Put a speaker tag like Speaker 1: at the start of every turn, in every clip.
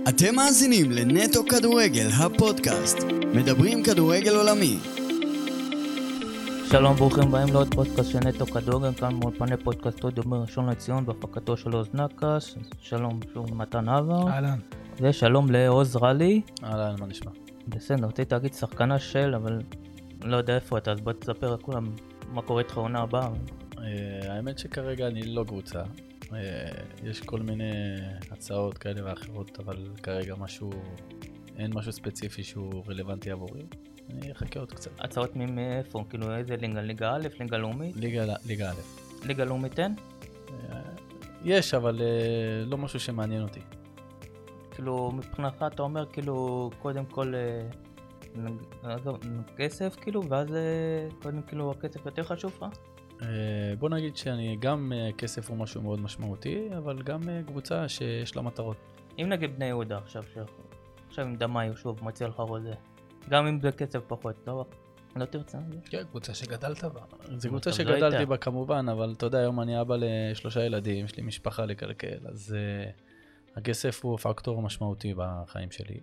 Speaker 1: אתם מאזינים לנטו כדורגל, הפודקאסט. מדברים כדורגל עולמי.
Speaker 2: שלום, ברוכים הבאים לעוד פודקאסט של נטו כדורגל, כאן מאולפני פודקאסט סטודיו בראשון לציון בהפקתו של עוז נקש. שלום שוב מתן עבר.
Speaker 3: אהלן.
Speaker 2: ושלום לעוז רלי.
Speaker 4: אהלן, מה נשמע?
Speaker 2: בסדר, רציתי להגיד שחקנה של, אבל לא יודע איפה אתה, אז בוא תספר לכולם מה קורה איתך עונה הבאה.
Speaker 4: האמת שכרגע אני לא קבוצה. יש כל מיני הצעות כאלה ואחרות, אבל כרגע אין משהו ספציפי שהוא רלוונטי עבורי. אני אחכה עוד קצת.
Speaker 2: הצעות מאיפה? כאילו איזה ליגה? ליגה א', ליגה לאומית?
Speaker 4: ליגה א'.
Speaker 2: ליגה לאומית אין?
Speaker 4: יש, אבל לא משהו שמעניין אותי.
Speaker 2: כאילו מבחינתך אתה אומר כאילו קודם כל כסף כאילו, ואז קודם כאילו הכסף יותר חשוב לך?
Speaker 4: בוא נגיד שאני גם כסף הוא משהו מאוד משמעותי, אבל גם קבוצה שיש לה מטרות.
Speaker 2: אם נגיד בני יהודה עכשיו עם דמאי שוב מציע לך רוזה, גם אם בכסף פחות, לא תרצה?
Speaker 3: כן, קבוצה שגדלת בה.
Speaker 4: זו קבוצה שגדלתי בה כמובן, אבל אתה יודע, היום אני אבא ל3 ילדים, יש לי משפחה לקלקל, אז הכסף הוא פקטור משמעותי בחיים שלי.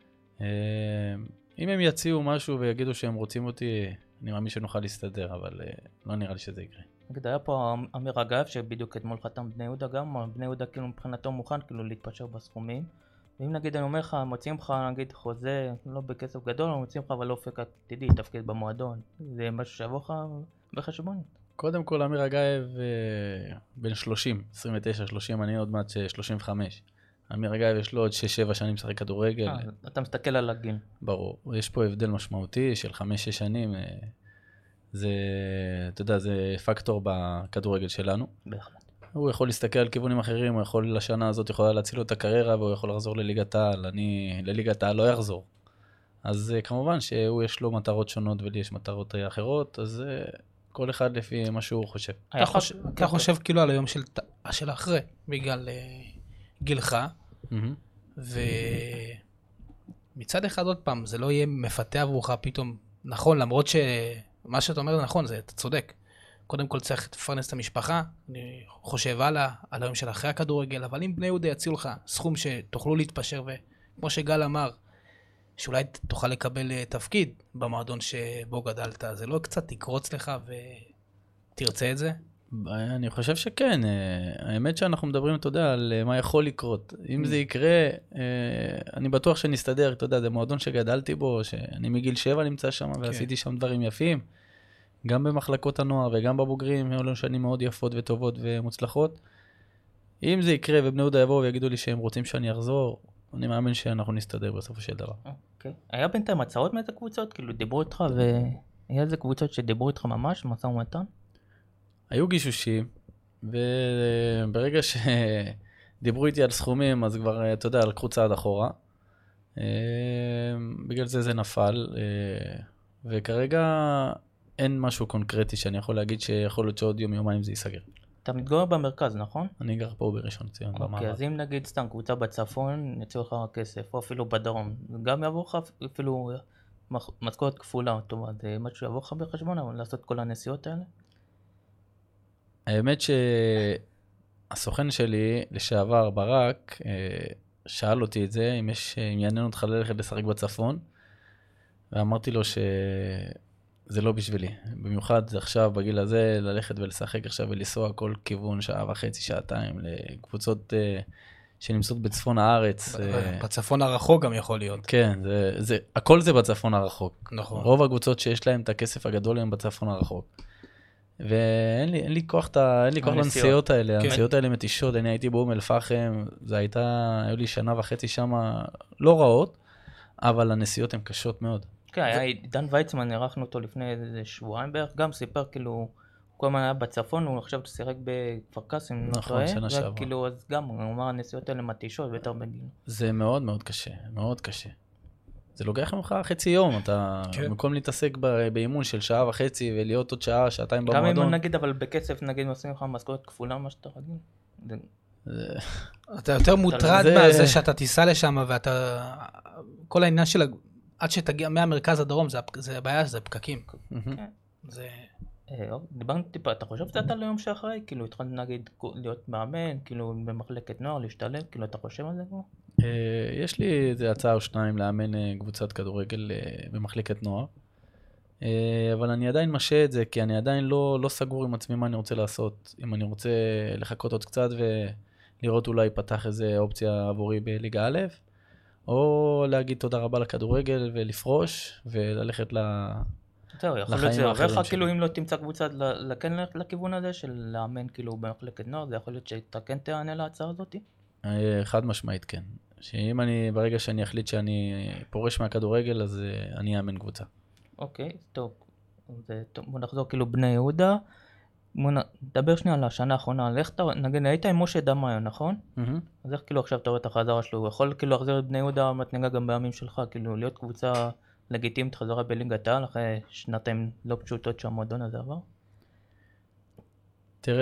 Speaker 4: אם הם יציעו משהו ויגידו שהם רוצים אותי, אני מאמין שנוכל להסתדר, אבל לא נראה לי שזה יקרה.
Speaker 2: נגיד, היה פה אמיר אגב שבדיוק אתמול חתם בני יהודה גם, בני יהודה כאילו מבחינתו מוכן כאילו להתפשר בסכומים. ואם נגיד אני אומר לך, מוצאים לך נגיד חוזה, לא בכסף גדול, מוצאים לך אבל לא אופק עתידי, תפקיד במועדון. זה משהו שיבוא לך בחשבון?
Speaker 4: קודם כל, אמיר אגב בן 30, 29-30, אני עוד מעט 35. אמיר אגב יש לו עוד 6-7 שנים משחק כדורגל.
Speaker 2: אתה מסתכל על הגיל.
Speaker 4: ברור, יש פה הבדל משמעותי של 5-6 שנים. זה, אתה יודע, זה פקטור בכדורגל שלנו.
Speaker 2: בהחלט.
Speaker 4: הוא יכול להסתכל על כיוונים אחרים, הוא יכול לשנה הזאת יכולה להציל לו את הקריירה, והוא יכול לחזור לליגת העל. אני לליגת העל לא יחזור. אז כמובן שהוא יש לו מטרות שונות ולי יש מטרות אחרות, אז כל אחד לפי מה שהוא חושב.
Speaker 3: אתה חושב כאילו על היום של אחרי, בגלל גילך, ומצד אחד עוד פעם, זה לא יהיה מפתה עבורך פתאום, נכון, למרות שמה שאתה אומר נכון, אתה צודק. קודם כל צריך לפרנס את המשפחה, אני חושב על היום של אחרי הכדורגל, אבל אם בני יהודה יציעו לך סכום שתוכלו להתפשר, וכמו שגל אמר, שאולי תוכל לקבל תפקיד במועדון שבו גדלת, זה לא קצת תקרוץ לך ותרצה את זה?
Speaker 4: אני חושב שכן, האמת שאנחנו מדברים, אתה יודע, על מה יכול לקרות. אם זה יקרה, אני בטוח שנסתדר, אתה יודע, זה מועדון שגדלתי בו, שאני מגיל 7 נמצא שם ועשיתי שם דברים יפים, גם במחלקות הנוער וגם בבוגרים, היו לנו שנים מאוד יפות וטובות ומוצלחות. אם זה יקרה ובני יהודה יבואו ויגידו לי שהם רוצים שאני אחזור, אני מאמין שאנחנו נסתדר בסופו של דבר.
Speaker 2: אוקיי. היה בינתיים הצעות מאיזה קבוצות? כאילו דיברו איתך והיה איזה קבוצות שדיברו איתך ממש, משא ומתן?
Speaker 4: היו גישושים, וברגע שדיברו איתי על סכומים, אז כבר, אתה יודע, לקחו צעד אחורה. בגלל זה נפל, וכרגע אין משהו קונקרטי שאני יכול להגיד שיכול להיות שעוד יומיים זה ייסגר.
Speaker 2: אתה מתגורר במרכז, נכון?
Speaker 4: אני גר פה בראשון לציון, במערב.
Speaker 2: אוקיי, אז אם נגיד סתם קבוצה בצפון, יצאו לך כסף, או אפילו בדרום, גם יעבור לך אפילו משכורת כפולה, טוב, זה משהו שיעבור לך בחשבון, אבל לעשות כל הנסיעות האלה?
Speaker 4: האמת שהסוכן שלי, לשעבר ברק, שאל אותי את זה, אם יעניין אותך ללכת לשחק בצפון, ואמרתי לו שזה לא בשבילי. במיוחד עכשיו, בגיל הזה, ללכת ולשחק עכשיו ולנסוע כל כיוון, שעה וחצי, שעתיים, לקבוצות שנמצאות בצפון הארץ.
Speaker 3: בצפון הרחוק גם יכול להיות.
Speaker 4: כן, הכל זה בצפון הרחוק.
Speaker 3: נכון.
Speaker 4: רוב הקבוצות שיש להם את הכסף הגדול הם בצפון הרחוק. ואין לי כוח לנסיעות האלה, הנסיעות האלה מתישות, אני הייתי באום אל פחם, היו לי 1.5 שנה שם לא רעות, אבל הנסיעות הן קשות מאוד.
Speaker 2: כן, היה דן ויצמן, ערכנו אותו לפני איזה שבועיים בערך, גם סיפר כאילו, כל הזמן היה בצפון, הוא עכשיו שיחק בכפר קאסם,
Speaker 4: נכון, שנה שעברה.
Speaker 2: וכאילו, אז גם, הוא אמר, הנסיעות האלה מתישות ויותר בגיל.
Speaker 4: זה מאוד מאוד קשה, מאוד קשה. זה לוקח ממך חצי יום, אתה במקום להתעסק באימון של 1.5 שעה ולהיות עוד שעה, שעתיים במועדון.
Speaker 2: גם אם נגיד, אבל בכסף נגיד עושים לך משכורת כפולה מה שאתה רגיל.
Speaker 3: אתה יותר מוטרד מהזה שאתה תיסע לשם ואתה, כל העניין של, עד שתגיע מהמרכז הדרום, זה הבעיה, זה פקקים. זה...
Speaker 2: דיברנו טיפה, אתה חושב שאתה ליום שאחרי? כאילו התחלת נגיד להיות מאמן, כאילו במחלקת נוער, להשתלב, כאילו אתה חושב על זה כבר?
Speaker 4: יש לי איזה הצעה או שניים לאמן קבוצת כדורגל במחלקת נוער. אבל אני עדיין משה את זה, כי אני עדיין לא סגור עם עצמי מה אני רוצה לעשות. אם אני רוצה לחכות עוד קצת ולראות אולי פתח איזה אופציה עבורי בליגה א', או להגיד תודה רבה לכדורגל ולפרוש וללכת
Speaker 2: זהו, יכול להיות זה עובר לך, כאילו אם לא תמצא קבוצה כן ללכת לכיוון הזה של לאמן כאילו במחלקת נוער, זה יכול להיות שאתה כן תענה להצעה הזאת?
Speaker 4: חד משמעית כן. שאם ברגע שאני אחליט שאני פורש מהכדורגל, אז אני אאמן קבוצה.
Speaker 2: אוקיי, טוב. בוא נחזור כאילו בני יהודה. בוא נדבר שנייה על השנה האחרונה. איך אתה, נגיד, היית עם משה דמיון, נכון? אז איך כאילו עכשיו אתה רואה את החזרה שלו? הוא יכול כאילו להחזיר את בני יהודה מתנגע גם בימים שלך, כאילו להיות קבוצה לגיטימית חזרה בליגת העל, אחרי שנתיים לא פשוטות שהמועדון הזה עבר?
Speaker 4: תראה,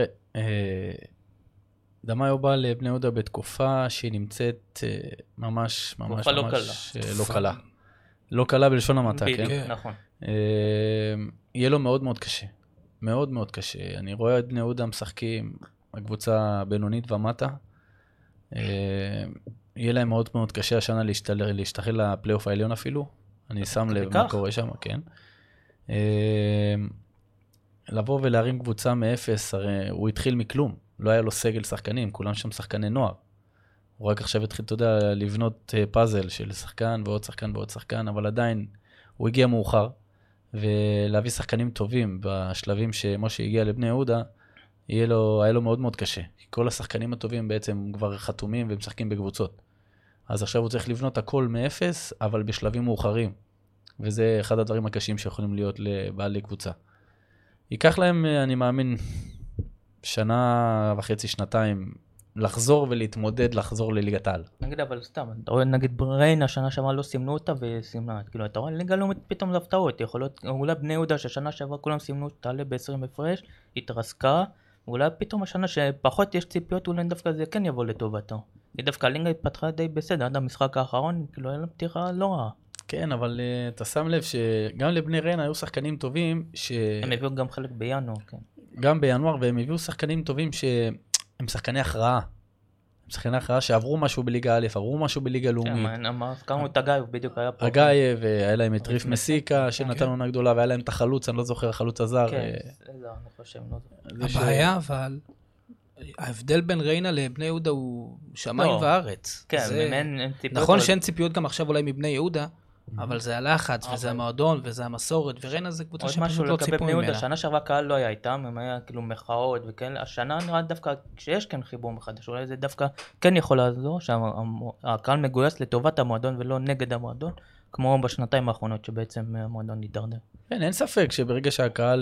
Speaker 4: דמיון בא לבני יהודה בתקופה שהיא נמצאת ממש לא קלה. לא קלה בלשון המעטה, כן?
Speaker 2: נכון.
Speaker 4: יהיה לו מאוד מאוד קשה. מאוד מאוד קשה. אני רואה את בני יהודה משחקים, הקבוצה בינונית ומטה. יהיה להם מאוד מאוד קשה השנה להשתחל לפלייאוף העליון אפילו. אני שם לב מה קורה שם, כן. לבוא ולהרים קבוצה מאפס, הרי הוא התחיל מכלום. לא היה לו סגל שחקנים, כולם שם שחקני נוער. הוא רק עכשיו התחיל, אתה יודע, לבנות פאזל של שחקן ועוד שחקן ועוד שחקן, אבל עדיין הוא הגיע מאוחר, ולהביא שחקנים טובים בשלבים שמשה הגיע לבני יהודה, היה לו מאוד מאוד קשה. כל השחקנים הטובים בעצם כבר חתומים ומשחקים בקבוצות. אז עכשיו הוא צריך לבנות הכל מאפס, אבל בשלבים מאוחרים. וזה אחד הדברים הקשים שיכולים להיות לבעלי קבוצה. ייקח להם, אני מאמין, שנה וחצי, שנתיים, לחזור ולהתמודד, לחזור לליגת העל.
Speaker 2: נגיד, אבל סתם, אתה רואה, נגיד בריינה, השנה שעברה לא סימנו אותה וסימנה. כאילו, אתה רואה, ליגה לאומית פתאום זה הפתעות. יכול להיות, אולי בני יהודה שהשנה שעברה כולם סימנו, תעלה ב-20 הפרש, התרסקה, ואולי פתאום השנה שפחות יש ציפיות, אולי דווקא זה כן יבוא לטובתו. דווקא הליגה התפתחה די בסדר, עד המשחק האחרון, כאילו, היה לה פתיחה לא רעה.
Speaker 4: כן, אבל אתה שם לב שגם לבני ריינה היו שחקנים טובים
Speaker 2: הם הביאו גם חלק בינואר, כן.
Speaker 4: גם בינואר, והם הביאו שחקנים טובים שהם שחקני הכרעה. הם שחקני הכרעה שעברו משהו בליגה א', עברו משהו בליגה לאומית.
Speaker 2: כן, הזכרנו את הגאי, הוא בדיוק היה פה.
Speaker 4: הגאי, והיה להם את ריף מסיקה, שנתן עונה גדולה, והיה להם את החלוץ, אני לא זוכר, החלוץ הזר.
Speaker 2: כן, זה אני חושב, לא
Speaker 3: זוכר. הבעיה, אבל ההבדל בין ריינה לבני יהודה הוא שמיים וארץ.
Speaker 2: כן, אין ציפיות.
Speaker 3: נכון שאין ציפיות גם עכשיו אולי מבני יהודה, אבל זה הלחץ, וזה המועדון, וזה המסורת, וריינה זה קבוצה שפשוט לא ציפו ממנה.
Speaker 2: השנה שעברה קהל לא היה איתם, הם היה כאילו מחאות וכאלה, השנה נראה דווקא כשיש כן חיבור מחדש, אולי זה דווקא כן יכול לעזור, שהקהל מגויס לטובת המועדון ולא נגד המועדון, כמו בשנתיים האחרונות שבעצם המועדון נידרדר.
Speaker 4: כן, אין ספק שברגע שהקהל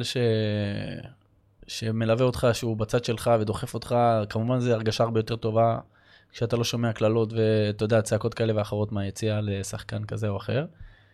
Speaker 4: שמלווה אותך, שהוא בצד שלך ודוחף אותך, כמובן זה הרגשה הרבה יותר טובה, כשאתה לא שומע כללות ואתה יודע, צעקות כאלה ואחרות מהיציאה לשחקן כזה או אחר.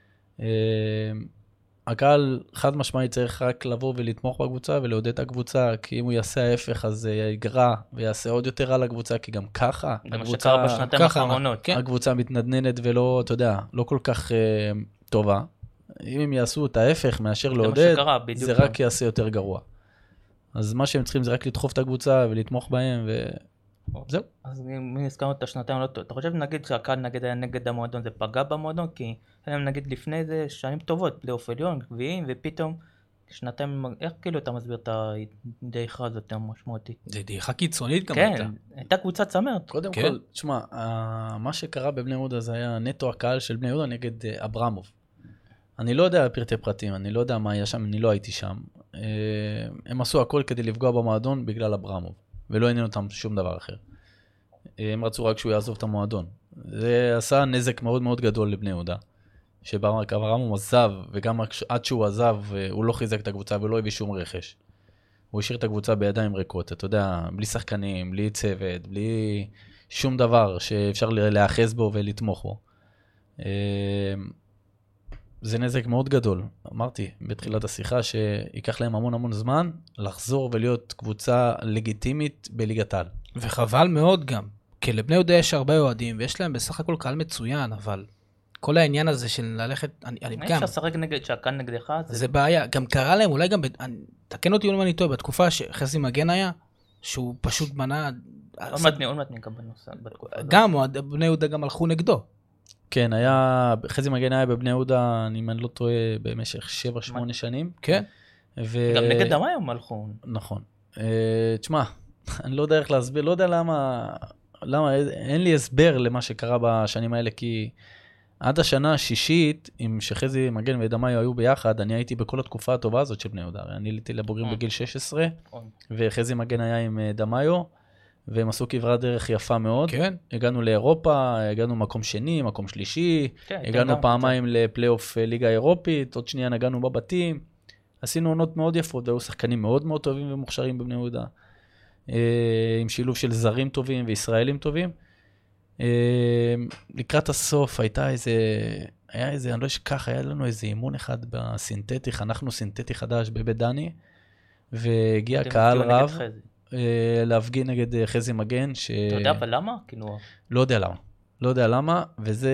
Speaker 4: הקהל חד משמעי צריך רק לבוא ולתמוך בקבוצה ולעודד את הקבוצה, כי אם הוא יעשה ההפך אז זה יגרע ויעשה עוד יותר על הקבוצה, כי גם ככה
Speaker 2: הקבוצה בשנתיים האחרונות,
Speaker 4: הקבוצה מתנדנדת ולא, אתה יודע, לא כל כך טובה. אם הם יעשו את ההפך מאשר לעודד, זה רק יעשה יותר גרוע. אז מה שהם צריכים זה רק לדחוף את הקבוצה ולתמוך בהם זהו.
Speaker 2: אז אם הזכרנו את השנתיים, אתה חושב נגיד שהקהל נגד היה נגד המועדון, זה פגע במועדון? כי הם נגיד לפני זה שנים טובות, פלייאוף עליון, גביעים, ופתאום שנתיים, איך כאילו אתה מסביר את הדעיכה הזאת המשמעותית?
Speaker 3: זה דעיכה קיצונית גם
Speaker 2: הייתה. כן, הייתה קבוצת צמרת.
Speaker 4: קודם כל, תשמע, מה שקרה בבני יהודה זה היה נטו הקהל של בני יהודה נגד אברמוב. אני לא יודע פרטי פרטים, אני לא יודע מה היה שם, אני לא הייתי שם. הם עשו הכל כדי לפגוע במועדון בגלל אברמוב. ולא עניין אותם שום דבר אחר. הם רצו רק שהוא יעזוב את המועדון. זה עשה נזק מאוד מאוד גדול לבני יהודה. שאברמוב עזב, וגם עד שהוא עזב, הוא לא חיזק את הקבוצה ולא הביא שום רכש. הוא השאיר את הקבוצה בידיים ריקות, אתה יודע, בלי שחקנים, בלי צוות, בלי שום דבר שאפשר להאחז בו ולתמוך בו. זה נזק מאוד גדול. אמרתי בתחילת השיחה שיקח להם המון המון זמן לחזור ולהיות קבוצה לגיטימית בליגת העל.
Speaker 3: וחבל מאוד גם, כי לבני יהודה יש הרבה אוהדים, ויש להם בסך הכל קהל מצוין, אבל כל העניין הזה של ללכת, אני גם...
Speaker 2: אפשר לשחק נגד שהקהל נגדך?
Speaker 3: זה בעיה. גם קרה להם, אולי גם, תקן אותי אם אני טועה, בתקופה שחזי מגן היה, שהוא פשוט מנה...
Speaker 2: עוד מעט ניגע בנושא, בתקופה הזאת.
Speaker 3: גם, בני יהודה גם הלכו נגדו.
Speaker 4: כן, חזי מגן היה בבני יהודה, אם אני לא טועה, במשך 7-8 שנים.
Speaker 3: כן.
Speaker 2: גם נגד דמאיו הם הלכו.
Speaker 4: נכון. תשמע, אני לא יודע איך להסביר, לא יודע למה, אין לי הסבר למה שקרה בשנים האלה, כי עד השנה השישית, עם שחזי מגן ודמאיו היו ביחד, אני הייתי בכל התקופה הטובה הזאת של בני יהודה. אני עליתי לבוגרים בגיל 16, וחזי מגן היה עם דמאיו, והם עשו כברת דרך יפה מאוד.
Speaker 3: כן.
Speaker 4: הגענו לאירופה, הגענו מקום שני, מקום שלישי, הגענו פעמיים לפלייאוף ליגה אירופית, עוד שנייה נגענו בבתים, עשינו עונות מאוד יפות, והיו שחקנים מאוד מאוד טובים ומוכשרים בבני יהודה, עם שילוב של זרים טובים וישראלים טובים. לקראת הסוף היה איזה, אני לא אשכח, היה לנו איזה אימון אחד בסינתטי, חנכנו סינתטי חדש בבית דני, והגיע קהל רב להפגין נגד חזי מגן.
Speaker 2: אתה יודע אבל למה?
Speaker 4: לא יודע למה, וזה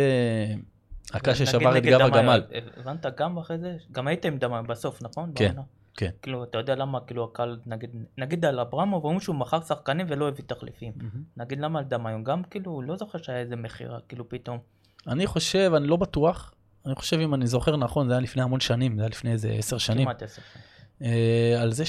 Speaker 4: הקש ששבר את גב הגמל.
Speaker 2: הבנת גם אחרי זה? גם היית עם דמאיו בסוף, נכון?
Speaker 4: כן, כן.
Speaker 2: כאילו, אתה יודע למה, כאילו, הקהל, נגיד על אברמוב, ואומרים שהוא מכר שחקנים ולא הביא תחליפים. נגיד למה על דמאיו, גם כאילו, לא זוכר שהיה איזה מחירה, כאילו פתאום.
Speaker 4: אני חושב, אני לא בטוח, אני חושב אם אני זוכר נכון, זה היה לפני המון שנים, זה היה לפני איזה 10 שנים.
Speaker 2: כמעט 10 שנים.
Speaker 4: על זה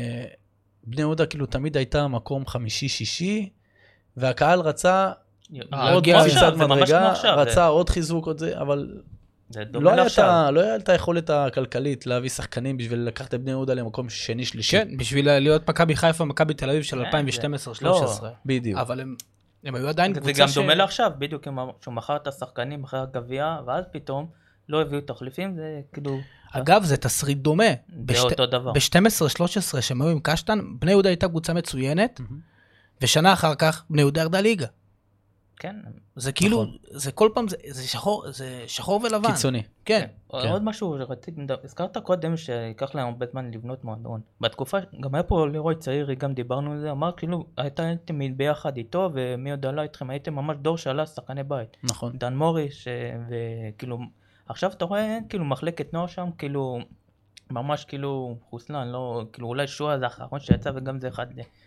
Speaker 4: שבני יהודה כאילו תמיד הייתה מקום 5-6, והקהל רצה עוד קפיצת מדרגה, רצה עוד חיזוק, עוד זה, אבל לא הייתה היכולת הכלכלית להביא שחקנים בשביל לקחת את בני יהודה למקום שני-שלישי.
Speaker 3: כן, בשביל להיות מכבי חיפה, מכבי תל אביב של 2012-2013.
Speaker 4: בדיוק.
Speaker 3: אבל הם היו עדיין קבוצה
Speaker 2: זה גם דומה לעכשיו, בדיוק שהוא מכר את השחקנים אחרי הגביע, ואז פתאום לא הביאו תחליפים, זה כאילו...
Speaker 3: אגב, זה תסריט דומה.
Speaker 2: זה אותו דבר.
Speaker 3: ב-12-13 שהם היו עם קשטן, בני יהודה הייתה קבוצה מצוינת, ושנה אחר כך בני יהודה ירדה ליגה.
Speaker 2: כן.
Speaker 3: זה כאילו, זה כל פעם, זה שחור ולבן.
Speaker 4: קיצוני.
Speaker 3: כן.
Speaker 2: עוד משהו שרציתי, הזכרת קודם שיקח להם הרבה זמן לבנות מועדון. בתקופה, גם היה פה לירוי צעירי, גם דיברנו על זה, אמר כאילו, הייתם ביחד איתו, ומי יודע לא איתכם, הייתם ממש דור שעלה שחקני בית.
Speaker 4: נכון.
Speaker 2: דן מוריס, וכאילו, עכשיו אתה רואה, כאילו, מחלקת נוער שם, כאילו, ממש כאילו, חוסלן, לא, כאילו, אולי שואה זה האחרון שיצא, וגם זה אחד...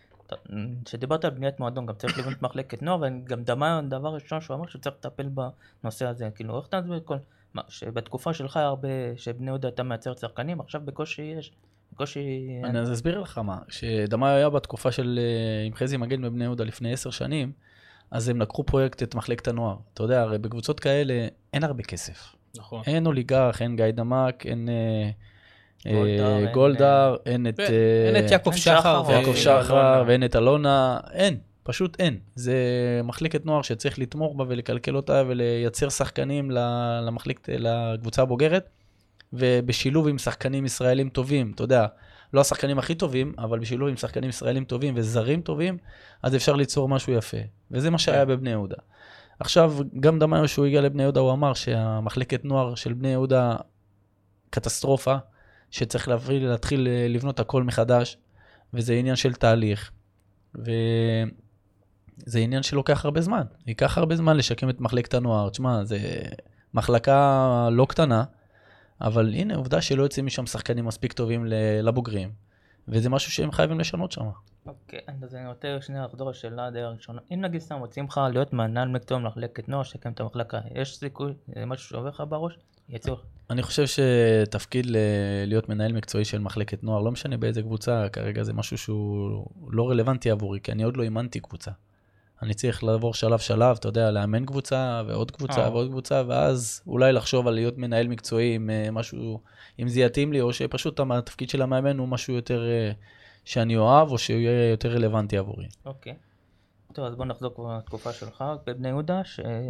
Speaker 2: שדיברת על בניית מועדון, גם צריך לבנות מחלקת נוער, וגם דמאיו, דבר ראשון שהוא אמר שצריך לטפל בנושא הזה, כאילו, איך אתה מסביר כל, שבתקופה שלך הרבה, שבני יהודה אתה מייצר שחקנים, עכשיו בקושי יש,
Speaker 4: אני אסביר לך מה, שדמאיו היה בתקופה של, עם חזי מגן בבני יהודה לפני 10 שנים, אז הם לקחו פרויקט את מחלקת הנוער, אתה יודע, הרי בקבוצות כאלה אין הרבה כסף.
Speaker 3: נכון.
Speaker 4: אין אוליגח, אין גיא דמק, אין... גולדהר, אין את
Speaker 3: יעקב שחר
Speaker 4: ואין את אלונה, פשוט אין. זה מחלקת נוער שצריך לתמוך בה ולקלקל אותה ולייצר שחקנים לקבוצה הבוגרת, ובשילוב עם שחקנים ישראלים טובים, אתה יודע, לא השחקנים הכי טובים, אבל בשילוב עם שחקנים ישראלים טובים וזרים טובים, אז אפשר ליצור משהו יפה. וזה מה שהיה בבני יהודה. עכשיו, גם דמאיו שהוא הגיע לבני יהודה, הוא אמר שהמחלקת נוער של בני יהודה קטסטרופה, שצריך להתחיל לבנות הכל מחדש, וזה עניין של תהליך, וזה עניין שלוקח הרבה זמן. ייקח הרבה זמן לשקם את מחלקת הנוער. תשמע, זה מחלקה לא קטנה, אבל הנה, עובדה שלא יוצאים משם שחקנים מספיק טובים לבוגרים, וזה משהו שהם חייבים לשנות שם.
Speaker 2: אוקיי, אז אני רוצה שנייה לחזור לשאלה די הראשונה. אם נגיד סתם רוצים לך להיות מנהל מקצוע במחלקת נוער, שקם את המחלקה, יש סיכוי, משהו שעובר לך בראש?
Speaker 4: אני חושב שתפקיד להיות מנהל מקצועי של מחלקת נוער, לא משנה באיזה קבוצה, כרגע זה משהו שהוא לא רלוונטי עבורי, כי אני עוד לא אימנתי קבוצה. אני צריך לעבור שלב, אתה יודע, לאמן קבוצה ועוד קבוצה ועוד קבוצה, ואז אולי לחשוב על להיות מנהל מקצועי עם משהו, אם זה יתאים לי, או שפשוט התפקיד של המאמן הוא משהו יותר שאני אוהב, או שהוא יהיה יותר רלוונטי עבורי.
Speaker 2: אוקיי. טוב, אז בוא נחזור כבר לתקופה שלך בבני יהודה,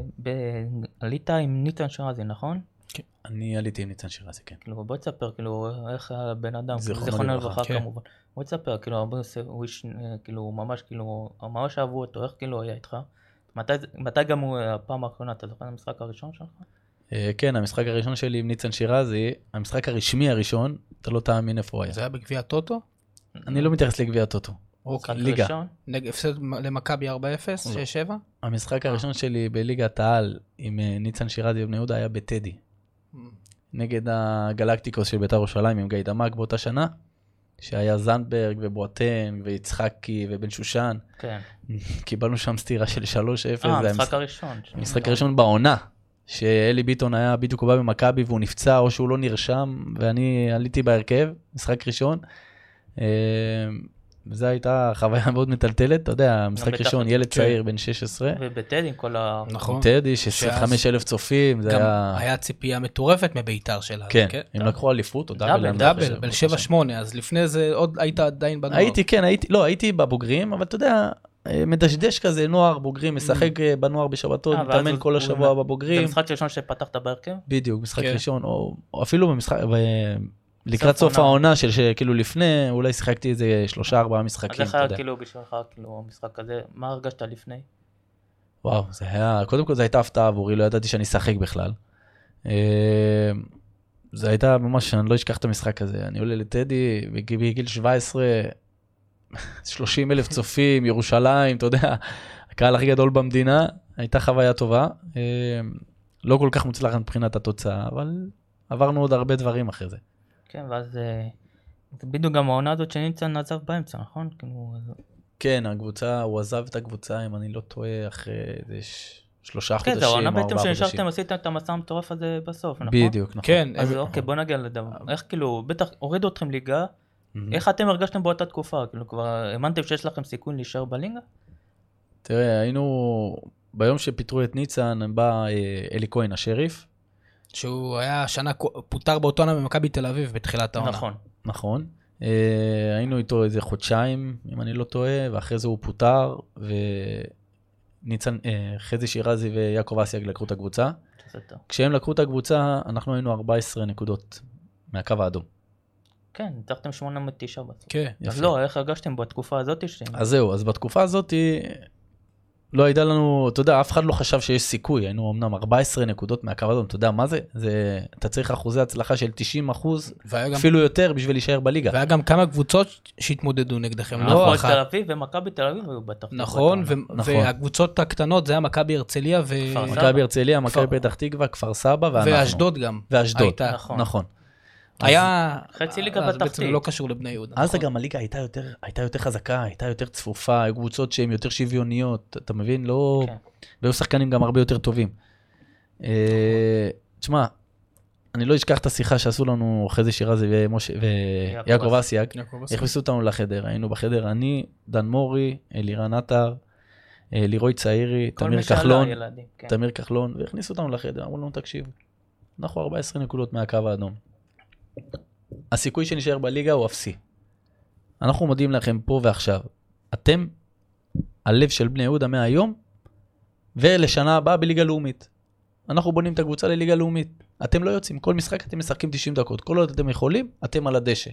Speaker 2: שעלית עם ניצן שרזי, נכון?
Speaker 4: כן, אני עליתי עם ניצן שרזי, כן.
Speaker 2: כאילו, בוא תספר, כאילו, איך הבן אדם,
Speaker 4: זיכרונו לברכה,
Speaker 2: כמובן. בוא תספר, כאילו, הוא איש, כאילו, ממש אהבו אותו, איך כאילו היה איתך? מתי גם הוא, הפעם האחרונה, אתה זוכר המשחק הראשון שלך?
Speaker 4: כן, המשחק הראשון שלי עם ניצן שרזי, המשחק הרשמי הראשון, אתה לא תאמין איפה הוא היה.
Speaker 3: זה היה בגביע טוטו?
Speaker 4: אני לא מתייחס לגביע טוטו. ליגה.
Speaker 3: הפסד למכבי 4-0, 6-7?
Speaker 4: המשחק הראשון שלי בליגת העל עם ניצן שרזי בבני יהודה היה בטדי. נגד הגלקטיקוס של בית"ר ירושלים עם גיא דמק באותה שנה. שהיה זנדברג ובואטנג ויצחקי ובן שושן.
Speaker 2: כן.
Speaker 4: קיבלנו שם סתירה של 3-0.
Speaker 2: המשחק הראשון.
Speaker 4: המשחק הראשון בעונה, שאלי ביטון היה בדיוק בא במכבי והוא נפצע או שהוא לא נרשם, ואני עליתי בהרכב, משחק ראשון. וזו הייתה חוויה מאוד מטלטלת, אתה יודע, משחק ראשון, ילד צעיר בן 16.
Speaker 2: ובטדי עם כל ה...
Speaker 3: נכון.
Speaker 4: טדי, ש25,000 צופים, זה היה...
Speaker 3: היה ציפייה מטורפת מביתר שלה.
Speaker 4: כן, הם לקחו אליפות או דאבל.
Speaker 3: דאבל, בין 7-8, אז לפני זה עוד היית עדיין בנוער.
Speaker 4: הייתי בבוגרים, אבל אתה יודע, מדשדש כזה, נוער, בוגרים, משחק בנוער בשבתות, מתאמן כל השבוע בבוגרים.
Speaker 2: זה משחק ראשון שפתחת בהרכב?
Speaker 4: בדיוק, משחק ראשון, או אפילו במשחק... לקראת סוף העונה שכאילו לפני, אולי שיחקתי איזה 3-4 משחקים.
Speaker 2: אז איך היה כאילו בשבילך, כאילו המשחק הזה, מה הרגשת לפני?
Speaker 4: וואו, זה היה, קודם כל זה הייתה הפתעה עבורי, לא ידעתי שאני אשחק בכלל. זה הייתה ממש, אני לא אשכח את המשחק הזה, אני עולה לטדי, בגיל 17, 30,000 צופים, ירושלים, אתה יודע, הקהל הכי גדול במדינה, הייתה חוויה טובה, לא כל כך מוצלחת מבחינת התוצאה, אבל עברנו עוד הרבה דברים אחרי זה.
Speaker 2: כן, ואז בדיוק גם העונה הזאת שניצן עזב באמצע, נכון?
Speaker 4: כן, הקבוצה, הוא עזב את הקבוצה, אם אני לא טועה, אחרי 3 חודשים
Speaker 2: כן, זה העונה
Speaker 4: או 4
Speaker 2: בעצם
Speaker 4: חודשים.
Speaker 2: שנשארתם, עשיתם את המסע המטורף הזה בסוף, נכון?
Speaker 4: בדיוק, נכון.
Speaker 3: כן.
Speaker 2: אז אוקיי, בוא נגיע לדבר. איך כאילו, בטח הורידו אתכם ליגה, איך אתם הרגשתם באותה תקופה? כאילו כבר האמנתם שיש לכם סיכוי להישאר בליגה?
Speaker 4: תראה, היינו, ביום שפיטרו את ניצן, בא אלי כהן השריף.
Speaker 3: שהוא היה שנה פוטר באותו עונה במכבי תל אביב בתחילת העונה.
Speaker 2: נכון.
Speaker 4: נכון. היינו איתו איזה חודשיים, אם אני לא טועה, ואחרי זה הוא פוטר, וניצן, חזי שירזי ויעקב אסיאג לקחו את הקבוצה. כשהם לקחו את הקבוצה, אנחנו היינו 14 נקודות מהקו האדום.
Speaker 2: כן, ניצחתם 809 בסוף.
Speaker 3: כן.
Speaker 2: אז לא, איך הרגשתם בתקופה הזאת?
Speaker 4: אז זהו, אז בתקופה הזאת לא הייתה לנו, אתה יודע, אף אחד לא חשב שיש סיכוי, היינו אמנם 14 נקודות מהקו האדום, אתה יודע מה זה? אתה צריך אחוזי הצלחה של 90%, אפילו יותר בשביל להישאר בליגה.
Speaker 3: והיה גם כמה קבוצות שהתמודדו נגדכם,
Speaker 2: לא אחת. תל אביב ומכבי תל אביב היו בתחתית.
Speaker 3: נכון, והקבוצות הקטנות זה היה מכבי הרצליה
Speaker 4: מכבי הרצליה, מכבי פתח תקווה, כפר סבא ואנחנו.
Speaker 3: ואשדוד גם.
Speaker 4: ואשדוד, נכון.
Speaker 3: היה...
Speaker 2: חצי ליגה בתחתית.
Speaker 3: בעצם לא קשור לבני יהודה.
Speaker 4: אז גם הליגה הייתה יותר חזקה, הייתה יותר צפופה, היו קבוצות שהן יותר שוויוניות, אתה מבין? לא... והיו שחקנים גם הרבה יותר טובים. תשמע, אני לא אשכח את השיחה שעשו לנו חזי שירזי ויעקב אסיאג. הכניסו אותנו לחדר, היינו בחדר, אני, דן מורי, אלירן עטר, לירוי צעירי, תמיר כחלון, והכניסו אותנו לחדר, אמרו לנו, תקשיב, אנחנו 14 נקודות מהקו האדום. הסיכוי שנשאר בליגה הוא אפסי. אנחנו מודיעים לכם פה ועכשיו. אתם הלב של בני יהודה מהיום, ולשנה הבאה בליגה לאומית. אנחנו בונים את הקבוצה לליגה לאומית. אתם לא יוצאים, כל משחק אתם משחקים 90 דקות. כל עוד אתם יכולים, אתם על הדשא.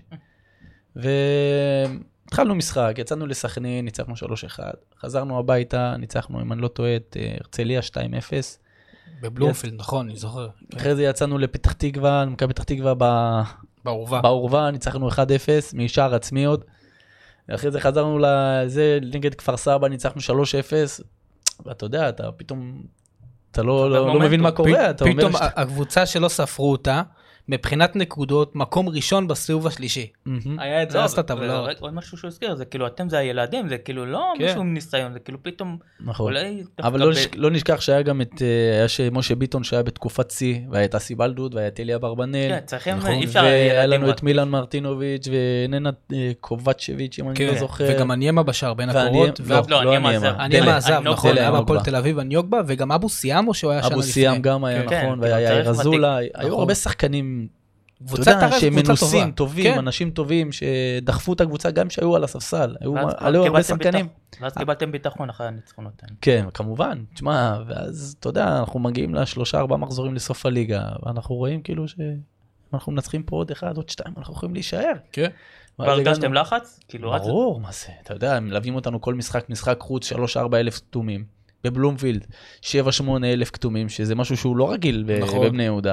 Speaker 4: והתחלנו משחק, יצאנו לסכנין, ניצחנו 3-1. חזרנו הביתה, ניצחנו, אם אני לא טועה, את הרצליה 2-0.
Speaker 3: בבלומפילד, נכון, אני זוכר.
Speaker 4: אחרי זה יצאנו לפתח תקווה, מכבי פתח תקווה בעורבה, ניצחנו 1-0 משער עצמי עוד. אחרי זה חזרנו לזה, נגד כפר סבא, ניצחנו 3-0. ואתה יודע, אתה פתאום, אתה לא מבין מה קורה.
Speaker 3: פתאום הקבוצה שלא ספרו אותה, מבחינת נקודות, מקום ראשון בסיבוב השלישי. היה את זה, אז את הטבלאות.
Speaker 2: עוד משהו שהוא הזכיר, זה כאילו, אתם זה הילדים, זה כאילו לא משהו ניסיון, זה כאילו פתאום...
Speaker 4: נכון, אבל לא נשכח שהיה גם את, היה משה ביטון שהיה בתקופת צי, והיה את אסי בלדוד, והיה את אליה ברבנל.
Speaker 2: כן, צריכים, אי אפשר
Speaker 4: והיה לנו את מילן מרטינוביץ' וננה קובצ'ביץ', אם אני לא זוכר.
Speaker 3: וגם אניימה בשער בין הקורות.
Speaker 2: לא,
Speaker 3: אניימה עזב, נכון, היה בפועל תל אביב, אניוגבה, וגם אבו סיאם, או שהוא היה שנה לפני.
Speaker 4: אבו סיאם גם היה נכון, והיה רזולה, היו הרבה שחקנים שהם מנוסים, טובים, אנשים טובים שדחפו את הקבוצה גם שהיו על הספסל, היו הרבה שחקנים.
Speaker 2: ואז קיבלתם ביטחון אחרי הניצחונות.
Speaker 4: כן, כמובן, תשמע, ואז אתה יודע, אנחנו מגיעים ל3-4 מחזורים לסוף הליגה, ואנחנו רואים כאילו שאנחנו מנצחים פה עוד 1, עוד 2, אנחנו יכולים להישאר.
Speaker 2: כן. והרגשתם לחץ?
Speaker 4: ברור, מה זה, אתה יודע, מלווים אותנו כל משחק חוץ, 3-4 אלף כתומים, בבלומפילד, 7-8 אלף כתומים, שזה משהו שהוא לא רגיל בבני יהודה.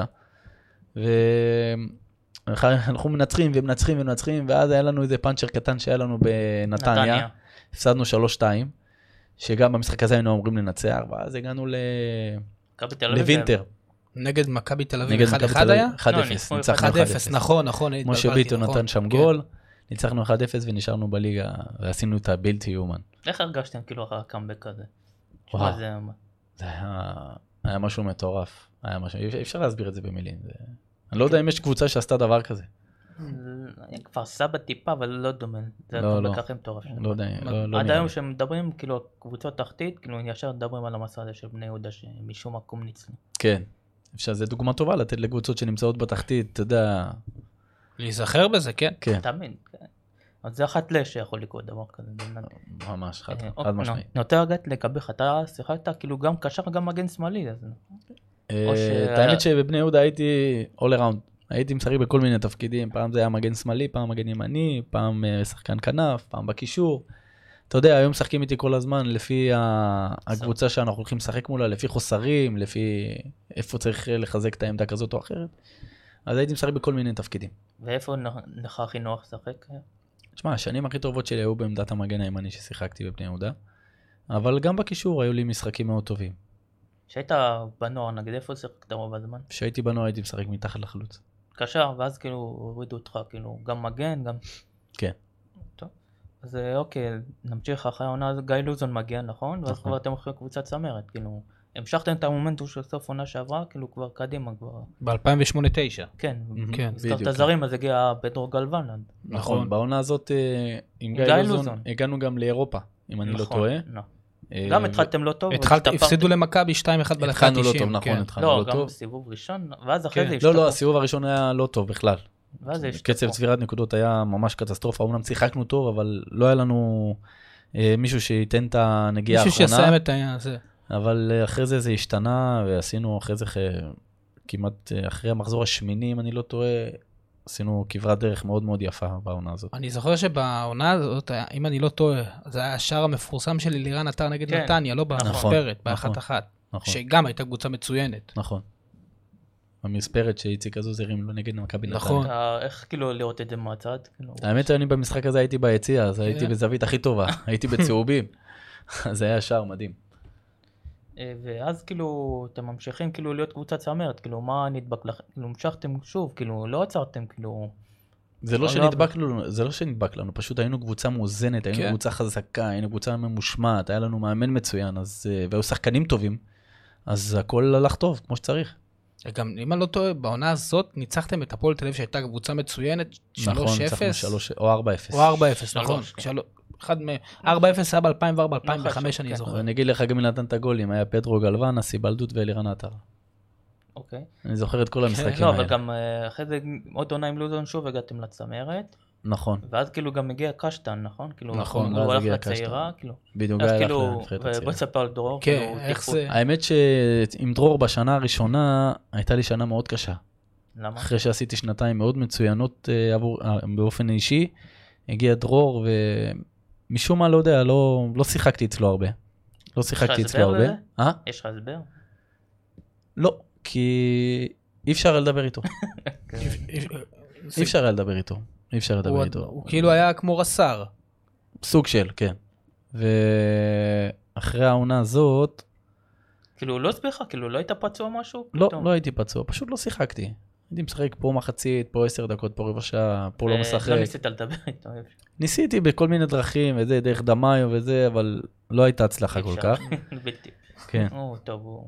Speaker 4: ואנחנו מנצחים ומנצחים, ואז היה לנו איזה פאנצ'ר קטן שהיה לנו בנתניה, הפסדנו 3-2, שגם במשחק הזה היינו אמורים לנצח, ואז הגענו לווינטר.
Speaker 3: נגד מכבי תל אביב 1-1 היה?
Speaker 4: 1-0, ניצחנו 1-0.
Speaker 3: נכון.
Speaker 4: משה ביטון נתן שם גול, ניצחנו 1-0 ונשארנו בליגה, ועשינו את הבלתי יאומן.
Speaker 2: איך הרגשתם כאילו אחרי הקאמבק הזה?
Speaker 4: וואו.
Speaker 2: זה
Speaker 4: היה משהו מטורף. אי אפשר להסביר את זה במילים. אני לא יודע אם יש קבוצה שעשתה דבר כזה.
Speaker 2: כבר סבא טיפה, אבל לא דומה. זה
Speaker 4: לא.
Speaker 2: הקאמבק הכי מטורף.
Speaker 4: לא יודע.
Speaker 2: עד היום שמדברים, כאילו, קבוצות תחתית, כאילו, ישר מדברים על המסע הזה של בני יהודה, שמשום מקום ניצלו.
Speaker 4: כן. זה דוגמה טובה לתת לקבוצות שנמצאות בתחתית, אתה יודע.
Speaker 3: להיזכר בזה, כן.
Speaker 2: תמיד, כן. אז זה אחת שיכול לקרות דבר כזה.
Speaker 4: ממש, חד משמעי.
Speaker 2: נותר רגעת לגביך, אתה שיחקת כאילו גם קשר, גם מגן שמאלי.
Speaker 4: האמת שבבני יהודה הייתי all around. הייתי משחק בכל מיני תפקידים, פעם זה היה מגן שמאלי, פעם מגן ימני, פעם שחקן כנף, פעם בקישור. אתה יודע, היום משחקים איתי כל הזמן לפי הקבוצה שאנחנו הולכים לשחק מולה, לפי חוסרים, לפי איפה צריך לחזק את העמדה כזאת או אחרת. אז הייתי משחק בכל מיני תפקידים.
Speaker 2: ואיפה לך הכי נוח לשחק?
Speaker 4: תשמע, השנים הכי טובות שלי היו בעמדת המגן הימני ששיחקתי בבני יהודה, אבל גם בקישור היו לי משחקים מאוד טובים.
Speaker 2: שהיית בנוער, נגיד, איפה שיחקת רוב הזמן?
Speaker 4: כשהייתי בנוער הייתי משחק מתחת לחלוץ.
Speaker 2: קשר, ואז כאילו הורידו אותך, כאילו, גם מגן, גם...
Speaker 4: כן.
Speaker 2: טוב. אז אוקיי, נמשיך אחרי העונה, גיא לוזון מגיע, נכון? ואז כבר אתם הולכים קבוצת צמרת, כאילו, המשכתם את המומנטום של סוף עונה שעברה, כאילו כבר קדימה כבר.
Speaker 3: ב-2008-2009.
Speaker 2: כן,
Speaker 3: כן.
Speaker 2: הזכרת זרים, אז הגיע פדרו גלוון.
Speaker 4: נכון, בעונה הזאת עם גיא לוזון הגענו גם לאירופה, אם אני לא טועה.
Speaker 2: גם התחלתם לא טוב.
Speaker 3: הפסידו למכבי 2-1 בדקה 90.
Speaker 4: התחלנו לא טוב, נכון, התחלנו לא טוב.
Speaker 2: לא, גם סיבוב ראשון, ואז אחרי זה השתפר.
Speaker 4: לא, הסיבוב הראשון היה לא טוב בכלל.
Speaker 2: ואז השתפר.
Speaker 4: קצב צבירת נקודות היה ממש קטסטרופה, אומנם שיחקנו טוב, אבל לא היה לנו מישהו שייתן את הנגיעה האחרונה.
Speaker 3: מישהו שיסיים את העניין הזה.
Speaker 4: אבל אחרי זה השתנה, ועשינו אחרי זה כמעט אחרי המחזור השמיני, אם אני לא טועה, עשינו כברת דרך מאוד מאוד יפה בעונה הזאת.
Speaker 3: אני זוכר שבעונה הזאת, אם אני לא טועה, זה היה השער המפורסם של לירן עטר נגד נתניה, לא במספרת, באחת-אחת, שגם הייתה קבוצה מצוינת.
Speaker 4: נכון. במספרת שאיציק עזוז הרים לו נגד מכבי נתניה.
Speaker 3: נכון.
Speaker 2: איך כאילו לראות את זה מהצד?
Speaker 4: האמת אני במשחק הזה הייתי ביציע, אז הייתי בזווית הכי טובה, הייתי בצהובים. אז זה היה שער מדהים.
Speaker 2: ואז כאילו אתם ממשיכים כאילו להיות קבוצת צמרת, כאילו מה נדבק לכם, כאילו המשכתם שוב, כאילו לא עצרתם, כאילו...
Speaker 4: זה לא שנדבק לנו, פשוט היינו קבוצה מאוזנת, היינו קבוצה חזקה, היינו קבוצה ממושמעת, היה לנו מאמן מצוין, והיו שחקנים טובים, אז הכל הלך טוב, כמו שצריך.
Speaker 3: גם אם אני לא טועה, בעונה הזאת ניצחתם את הפועל תל אביב שהייתה קבוצה מצוינת, 3-0.
Speaker 4: נכון, ניצחנו 3 או 4-0.
Speaker 3: או 4-0, נכון. 4-0 היה ב-2004-2005, אני זוכר.
Speaker 4: אני אגיד לך גם מי נתן את הגולים, היה פדרו גלוון, אסי בלדות ואלירן עטר.
Speaker 2: אוקיי.
Speaker 4: אני זוכר את כל המשחקים
Speaker 2: האלה.
Speaker 4: האלה.
Speaker 2: לא, אבל גם אחרי זה עוד עונה עם לוזון שוב הגעתם לצמרת.
Speaker 4: נכון.
Speaker 2: ואז כאילו גם הגיע קשטן, נכון?
Speaker 4: נכון,
Speaker 2: ואז הגיע קשטן.
Speaker 4: בדיוק היה הלך לנבחרת הצעירה.
Speaker 2: בוא תספר על דרור.
Speaker 3: כן, איך זה?
Speaker 4: האמת שעם דרור בשנה הראשונה, הייתה לי שנה מאוד קשה.
Speaker 2: למה?
Speaker 4: אחרי שעשיתי שנתיים מאוד מצוינות באופן אישי, הגיע דרור ומשום מה לא יודע, לא שיחקתי אצלו הרבה.
Speaker 2: יש לך הסבר?
Speaker 4: לא, כי אי אפשר היה לדבר איתו. אי אפשר היה לדבר איתו. אי אפשר לדבר איתו.
Speaker 3: הוא כאילו היה כמו רס"ר.
Speaker 4: סוג של, כן. ואחרי העונה הזאת...
Speaker 2: כאילו לא סביך? כאילו לא היית פצוע משהו?
Speaker 4: לא הייתי פצוע, פשוט לא שיחקתי. הייתי משחק פה מחצית, פה 10 דקות, פה רבע שעה, פה לא משחק.
Speaker 2: לא ניסית לדבר איתו?
Speaker 4: ניסיתי בכל מיני דרכים, וזה, דרך דמיו וזה, אבל לא הייתה הצלחה כל כך.
Speaker 2: בלתי.
Speaker 4: כן.
Speaker 2: טוב.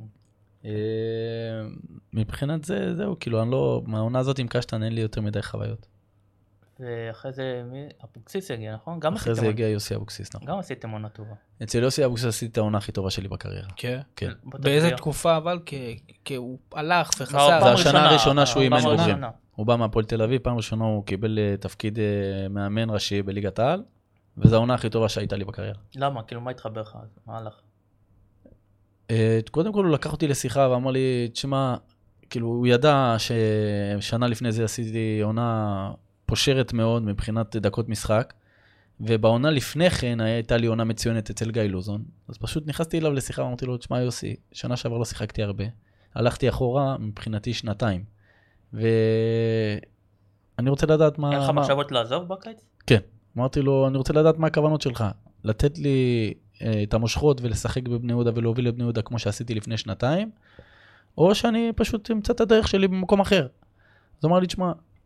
Speaker 4: מבחינת זה, זהו, כאילו, אני לא, מהעונה הזאת עם קשטן אין לי יותר מדי חוויות.
Speaker 2: ואחרי זה, אבוקסיס הגיע, נכון?
Speaker 4: אחרי זה הגיע יוסי אבוקסיס, נכון.
Speaker 2: גם עשיתם עונה טובה.
Speaker 4: אצל יוסי אבוקסיס עשיתי את העונה הכי טובה שלי בקריירה.
Speaker 3: כן. באיזה תקופה, אבל הוא הלך וחזר.
Speaker 4: זה השנה הראשונה שהוא אימן בוגרים. הוא בא מהפועל תל אביב, פעם ראשונה הוא קיבל תפקיד מאמן ראשי בליגת העל, וזו העונה הכי טובה שהייתה לי בקריירה.
Speaker 2: למה? כאילו, מה התחבר לך? מה הלך?
Speaker 4: קודם כל הוא לקח אותי לשיחה ואמר לי, תשמע, כאילו הוא ידע ששנה לפני זה עשיתי עונה פושרת מאוד מבחינת דקות משחק, ובעונה לפני כן הייתה לי עונה מצוינת אצל גיא לוזון, אז פשוט נכנסתי אליו לשיחה ואמרתי לו, תשמע יוסי, שנה שעבר לא שיחקתי הרבה, הלכתי אחורה מבחינתי שנתיים, ואני רוצה לדעת מה...
Speaker 2: אין לך מחשבות לעזוב בקיץ?
Speaker 4: כן, אמרתי לו, אני רוצה לדעת מה הכוונות שלך, לתת לי את המושכות ולשחק בבני יהודה ולהוביל לבני יהודה כמו שעשיתי לפני שנתיים, או שאני פשוט אמצא את הדרך שלי במקום אחר. אז אמר לי, תשמע,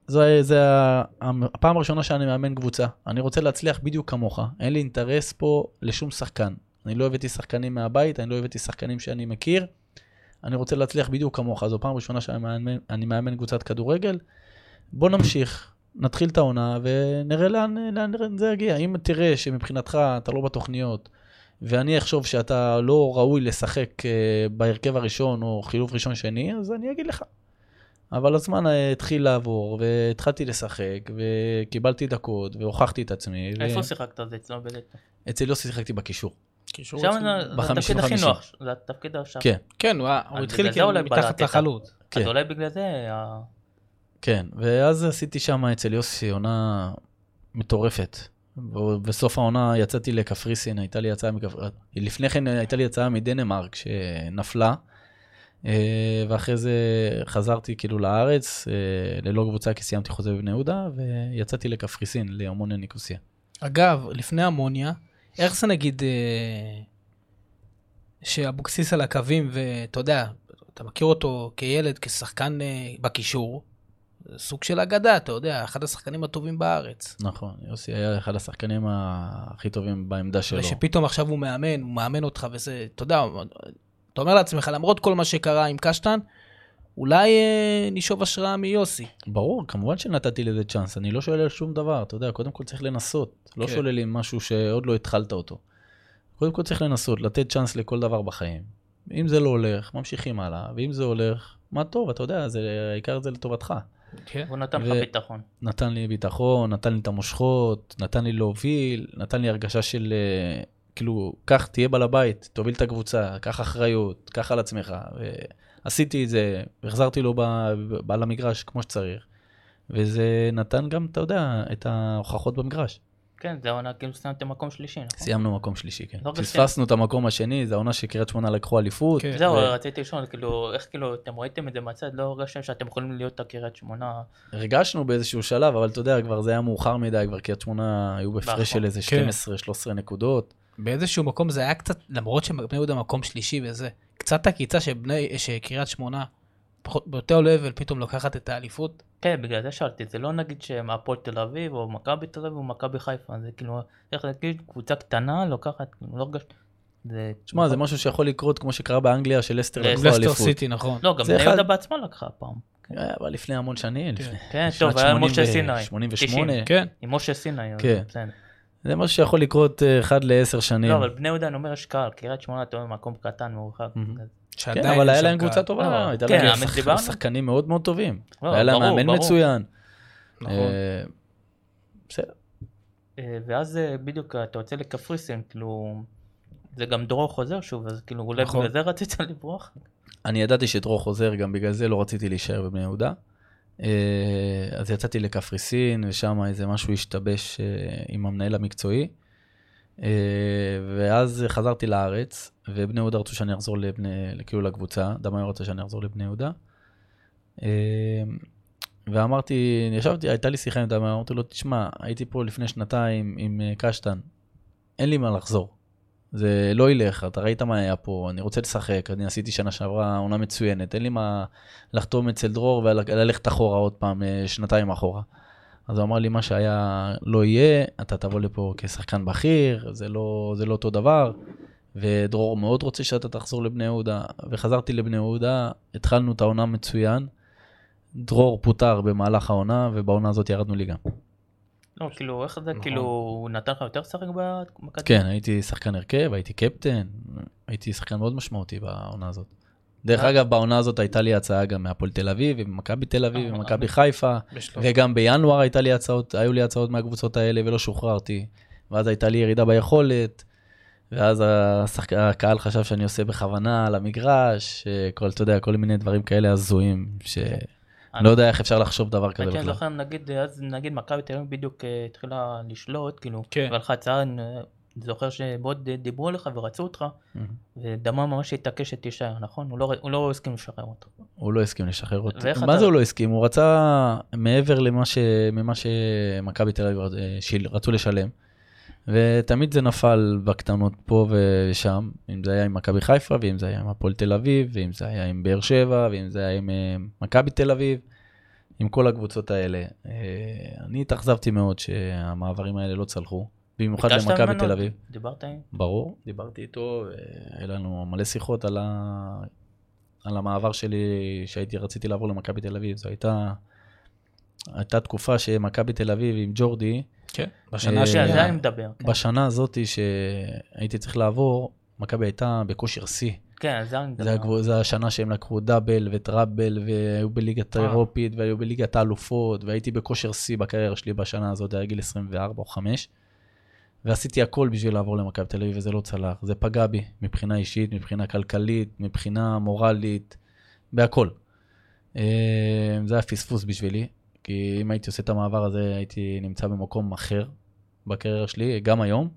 Speaker 4: זה הפעם הראשונה שאני מאמן קבוצה. אני רוצה להצליח בדיוק כמוך. אין לי אינטרס פה לשום שחקן. אני לא הבאתי שחקנים מהבית, אני לא הבאתי שחקנים שאני מכיר. אני רוצה להצליח בדיוק כמוך. זו פעם ראשונה שאני מאמן קבוצת כדורגל. בוא נמשיך, נתחיל את העונה ונראה לאן זה יגיע. אם תראה שמבחינתך אתה לא בתוכניות, ואני אחשוב שאתה לא ראוי לשחק בהרכב הראשון או חילוף ראשון שני, אז אני אגיד לך. אבל הזמן התחיל לעבור, והתחלתי לשחק, וקיבלתי דקות, והוכחתי את עצמי.
Speaker 2: איפה שיחקת את זה אצלו בדלתא?
Speaker 4: אצל יוסי שיחקתי בקישור.
Speaker 2: שם זה התפקיד הכי נוח, זה התפקיד השם.
Speaker 4: כן.
Speaker 3: כן, הוא התחיל כאילו מתחת לחלוץ.
Speaker 2: אז אולי בגלל זה...
Speaker 4: כן, ואז עשיתי שם אצל יוסי עונה מטורפת. בסוף העונה יצאתי לקפריסין, לפני כן הייתה לי הצעה מדנמרק שנפלה, ואחרי זה חזרתי כאילו לארץ, ללא קבוצה כי סיימתי חוזה בבני יהודה, ויצאתי לקפריסין, לאמוניה ניקוסיה.
Speaker 3: אגב, לפני אמוניה, איך זה נגיד שאבוקסיס על הקווים, ואתה יודע, אתה מכיר אותו כילד, כשחקן בקישור, סוג של אגדה, אתה יודע, אחד השחקנים הטובים בארץ.
Speaker 4: נכון, יוסי היה אחד השחקנים הכי טובים בעמדה שלו.
Speaker 3: ושפתאום עכשיו הוא מאמן אותך וזה, אתה יודע, אתה אומר לעצמך, למרות כל מה שקרה עם קשטן, אולי נשוב השראה מיוסי.
Speaker 4: ברור, כמובן שנתתי לזה צ'אנס, אני לא שואל על שום דבר, אתה יודע, קודם כל צריך לנסות, לא שוללים משהו שעוד לא התחלת אותו. קודם כל צריך לנסות, לתת צ'אנס לכל דבר בחיים. אם זה לא הולך, ממשיכים הלאה, ואם זה הולך, מה טוב, אתה יודע, העיקר זה לטובתך.
Speaker 2: הוא נתן לך ביטחון.
Speaker 4: נתן לי ביטחון, נתן לי את המושכות, נתן לי להוביל, נתן לי הרגשה של, כאילו, כך תהיה בעל הבית, תוביל את הקבוצה, כך אחריות, כך על עצמך. ועשיתי את זה, החזרתי לו בעל המגרש כמו שצריך, וזה נתן גם, אתה יודע, את ההוכחות במגרש.
Speaker 2: כן, זה העונה, כאילו סיימתם מקום שלישי, נכון?
Speaker 4: סיימנו מקום שלישי, כן. פספסנו את המקום השני, זה העונה שקריית שמונה לקחו אליפות.
Speaker 2: זהו, רציתי לשאול, כאילו, איך כאילו, אתם ראיתם את זה מהצד, לא הרגשתם שאתם יכולים להיות הקריית שמונה?
Speaker 4: הרגשנו באיזשהו שלב, אבל אתה יודע, כבר זה היה מאוחר מדי, כבר קריית שמונה היו בפרש של איזה 12-13 נקודות.
Speaker 3: באיזשהו מקום זה היה קצת, למרות שבני יהודה מקום שלישי וזה, קצת הקיצה שקריית שמונה, באותו לבל פתאום לוקחת את האליפות.
Speaker 2: כן, בגלל זה שאלתי, זה לא נגיד שמהפועל תל אביב, או מכבי תל אביב, או מכבי חיפה, זה כאילו, איך להגיד, קבוצה קטנה לוקחת, לא הרגשת, זה...
Speaker 4: תשמע, זה משהו שיכול לקרות כמו שקרה באנגליה של לסטר לקחו אליפות.
Speaker 3: לסטר סיטי, נכון.
Speaker 2: לא, גם בני יהודה בעצמה לקחה פעם.
Speaker 4: אבל לפני המון שנים,
Speaker 2: כן, טוב, היה משה סיני.
Speaker 4: 88.
Speaker 3: כן.
Speaker 2: עם משה סיני.
Speaker 4: כן. זה משהו שיכול לקרות 1 ל10 שנים.
Speaker 2: לא, אבל בני יהודה, אני אומר, יש קהל, קריית שמונה, אתה אומר, מקום קטן, מאוחר.
Speaker 4: כן, אבל היה להם קבוצה טובה, הייתה להם שחקנים מאוד מאוד טובים. היה להם מאמן מצוין. בסדר.
Speaker 2: ואז בדיוק אתה יוצא לקפריסין, כאילו, זה גם דרור חוזר שוב, אז כאילו אולי בגלל זה רצית לברוח?
Speaker 4: אני ידעתי שדרור חוזר, גם בגלל זה לא רציתי להישאר בבני יהודה. אז יצאתי לקפריסין, ושם איזה משהו השתבש עם המנהל המקצועי. ואז חזרתי לארץ, ובני יהודה רצו שאני אחזור כאילו לקבוצה, דמאיו רצה שאני אחזור לבני יהודה. ואמרתי, הייתה לי שיחה עם דמאיו, אמרתי לו, תשמע, הייתי פה לפני 2 עם קשטן, אין לי מה לחזור. זה לא ילך, אתה ראית מה היה פה, אני רוצה לשחק, אני עשיתי שנה שעברה עונה מצוינת, אין לי מה לחתום אצל דרור וללכת אחורה עוד פעם, 2 אחורה. אז הוא אמר לי, מה שהיה לא יהיה, אתה תבוא לפה כשחקן בכיר, זה לא אותו דבר, ודרור מאוד רוצה שאתה תחזור לבני יהודה, וחזרתי לבני יהודה, התחלנו את העונה מצוין, דרור פוטר במהלך העונה, ובעונה הזאת ירדנו ליגה.
Speaker 2: לא, כאילו, איך זה, כאילו, הוא נתן לך יותר שחק בקדמה?
Speaker 4: כן, הייתי שחקן הרכב, הייתי קפטן, הייתי שחקן מאוד משמעותי בעונה הזאת. דרך אגב, בעונה הזאת הייתה לי הצעה גם מהפועל תל אביב, ומכבי תל אביב, ומכבי חיפה, וגם בינואר היו לי הצעות מהקבוצות האלה, ולא שוחררתי. ואז הייתה לי ירידה ביכולת, ואז הקהל חשב שאני עושה בכוונה על המגרש, אתה יודע, כל מיני דברים כאלה הזויים, שאני לא יודע איך אפשר לחשוב דבר כזה בכלל.
Speaker 2: אני זוכר, נגיד מכבי תל אביב בדיוק התחילה לשלוט, כאילו, והלכה הצעה, זוכר שבעוד דיברו לך ורצו אותך, ודמה ממש התעקש שתישאר, נכון? הוא לא הסכים לשחרר אותו.
Speaker 4: הוא לא הסכים לשחרר אותו. מה זה הוא לא הסכים? הוא רצה מעבר ממה שמכבי תל אביב רצו לשלם, ותמיד זה נפל בקטנות פה ושם, אם זה היה עם מכבי חיפה, ואם זה היה עם הפועל תל אביב, ואם זה היה עם באר שבע, ואם זה היה עם מכבי תל אביב, עם כל הקבוצות האלה. אני התאכזבתי מאוד שהמעברים האלה לא צלחו, במיוחד למכבי תל אביב.
Speaker 2: דיברת עם?
Speaker 4: ברור, דיברתי איתו, היה לנו מלא שיחות על המעבר שלי, רציתי לעבור למכבי תל אביב. זו הייתה תקופה שמכבי תל אביב עם ג'ורדי,
Speaker 3: כן, בשנה
Speaker 2: זה אני מדבר.
Speaker 4: בשנה הזאת שהייתי צריך לעבור, מכבי הייתה בכושר שיא.
Speaker 2: כן, זה אני מדבר.
Speaker 4: זה השנה שהם לקחו דאבל וטראבל, והיו בליגת האירופית, והיו בליגת האלופות, והייתי בכושר שיא בקריירה שלי בשנה הזאת, היה גיל 24 או 5, ועשיתי הכל בשביל לעבור למכבי תל אביב, וזה לא צלח. זה פגע בי מבחינה אישית, מבחינה כלכלית, מבחינה מורלית, בהכל. זה היה פספוס בשבילי, כי אם הייתי עושה את המעבר הזה, הייתי נמצא במקום אחר בקריירה שלי, גם היום.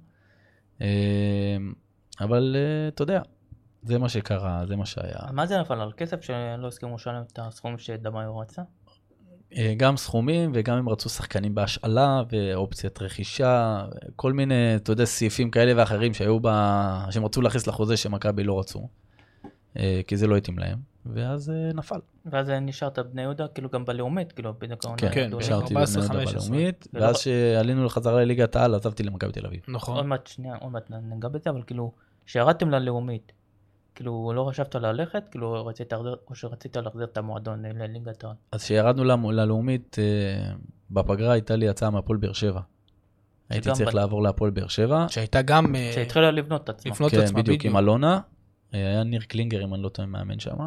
Speaker 4: אבל אתה יודע, זה מה שקרה, זה מה שהיה.
Speaker 2: מה זה נפל על כסף שלא הסכימו לשלם את הסכום שדמיו רצה?
Speaker 4: גם סכומים וגם הם רצו שחקנים בהשאלה ואופציית רכישה, כל מיני, אתה יודע, סעיפים כאלה ואחרים שהם רצו להכניס לחוזה שמכבי לא רצו, כי זה לא התאים להם, ואז נפל.
Speaker 2: ואז נשארת בני יהודה, כאילו גם בלאומית, כאילו בדיוק.
Speaker 4: כן, נשארתי בבני יהודה בלאומית, ואז שעלינו לחזרה לליגת העל, עזבתי למכבי תל אביב.
Speaker 3: נכון.
Speaker 2: עוד מעט נגע בזה, אבל כאילו, שירדתם ללאומית, כאילו לא חשבת ללכת, כאילו רצית להחזיר את המועדון לליגת העל.
Speaker 4: אז שירדנו ללאומית, בפגרה הייתה לי הצעה מהפועל באר שבע. הייתי צריך לעבור להפועל באר שבע.
Speaker 3: שהייתה גם...
Speaker 2: שהתחילה לבנות את עצמה.
Speaker 4: כן, בדיוק עם אלונה. היה ניר קלינגר, אם אני לא טועה, מאמן שם.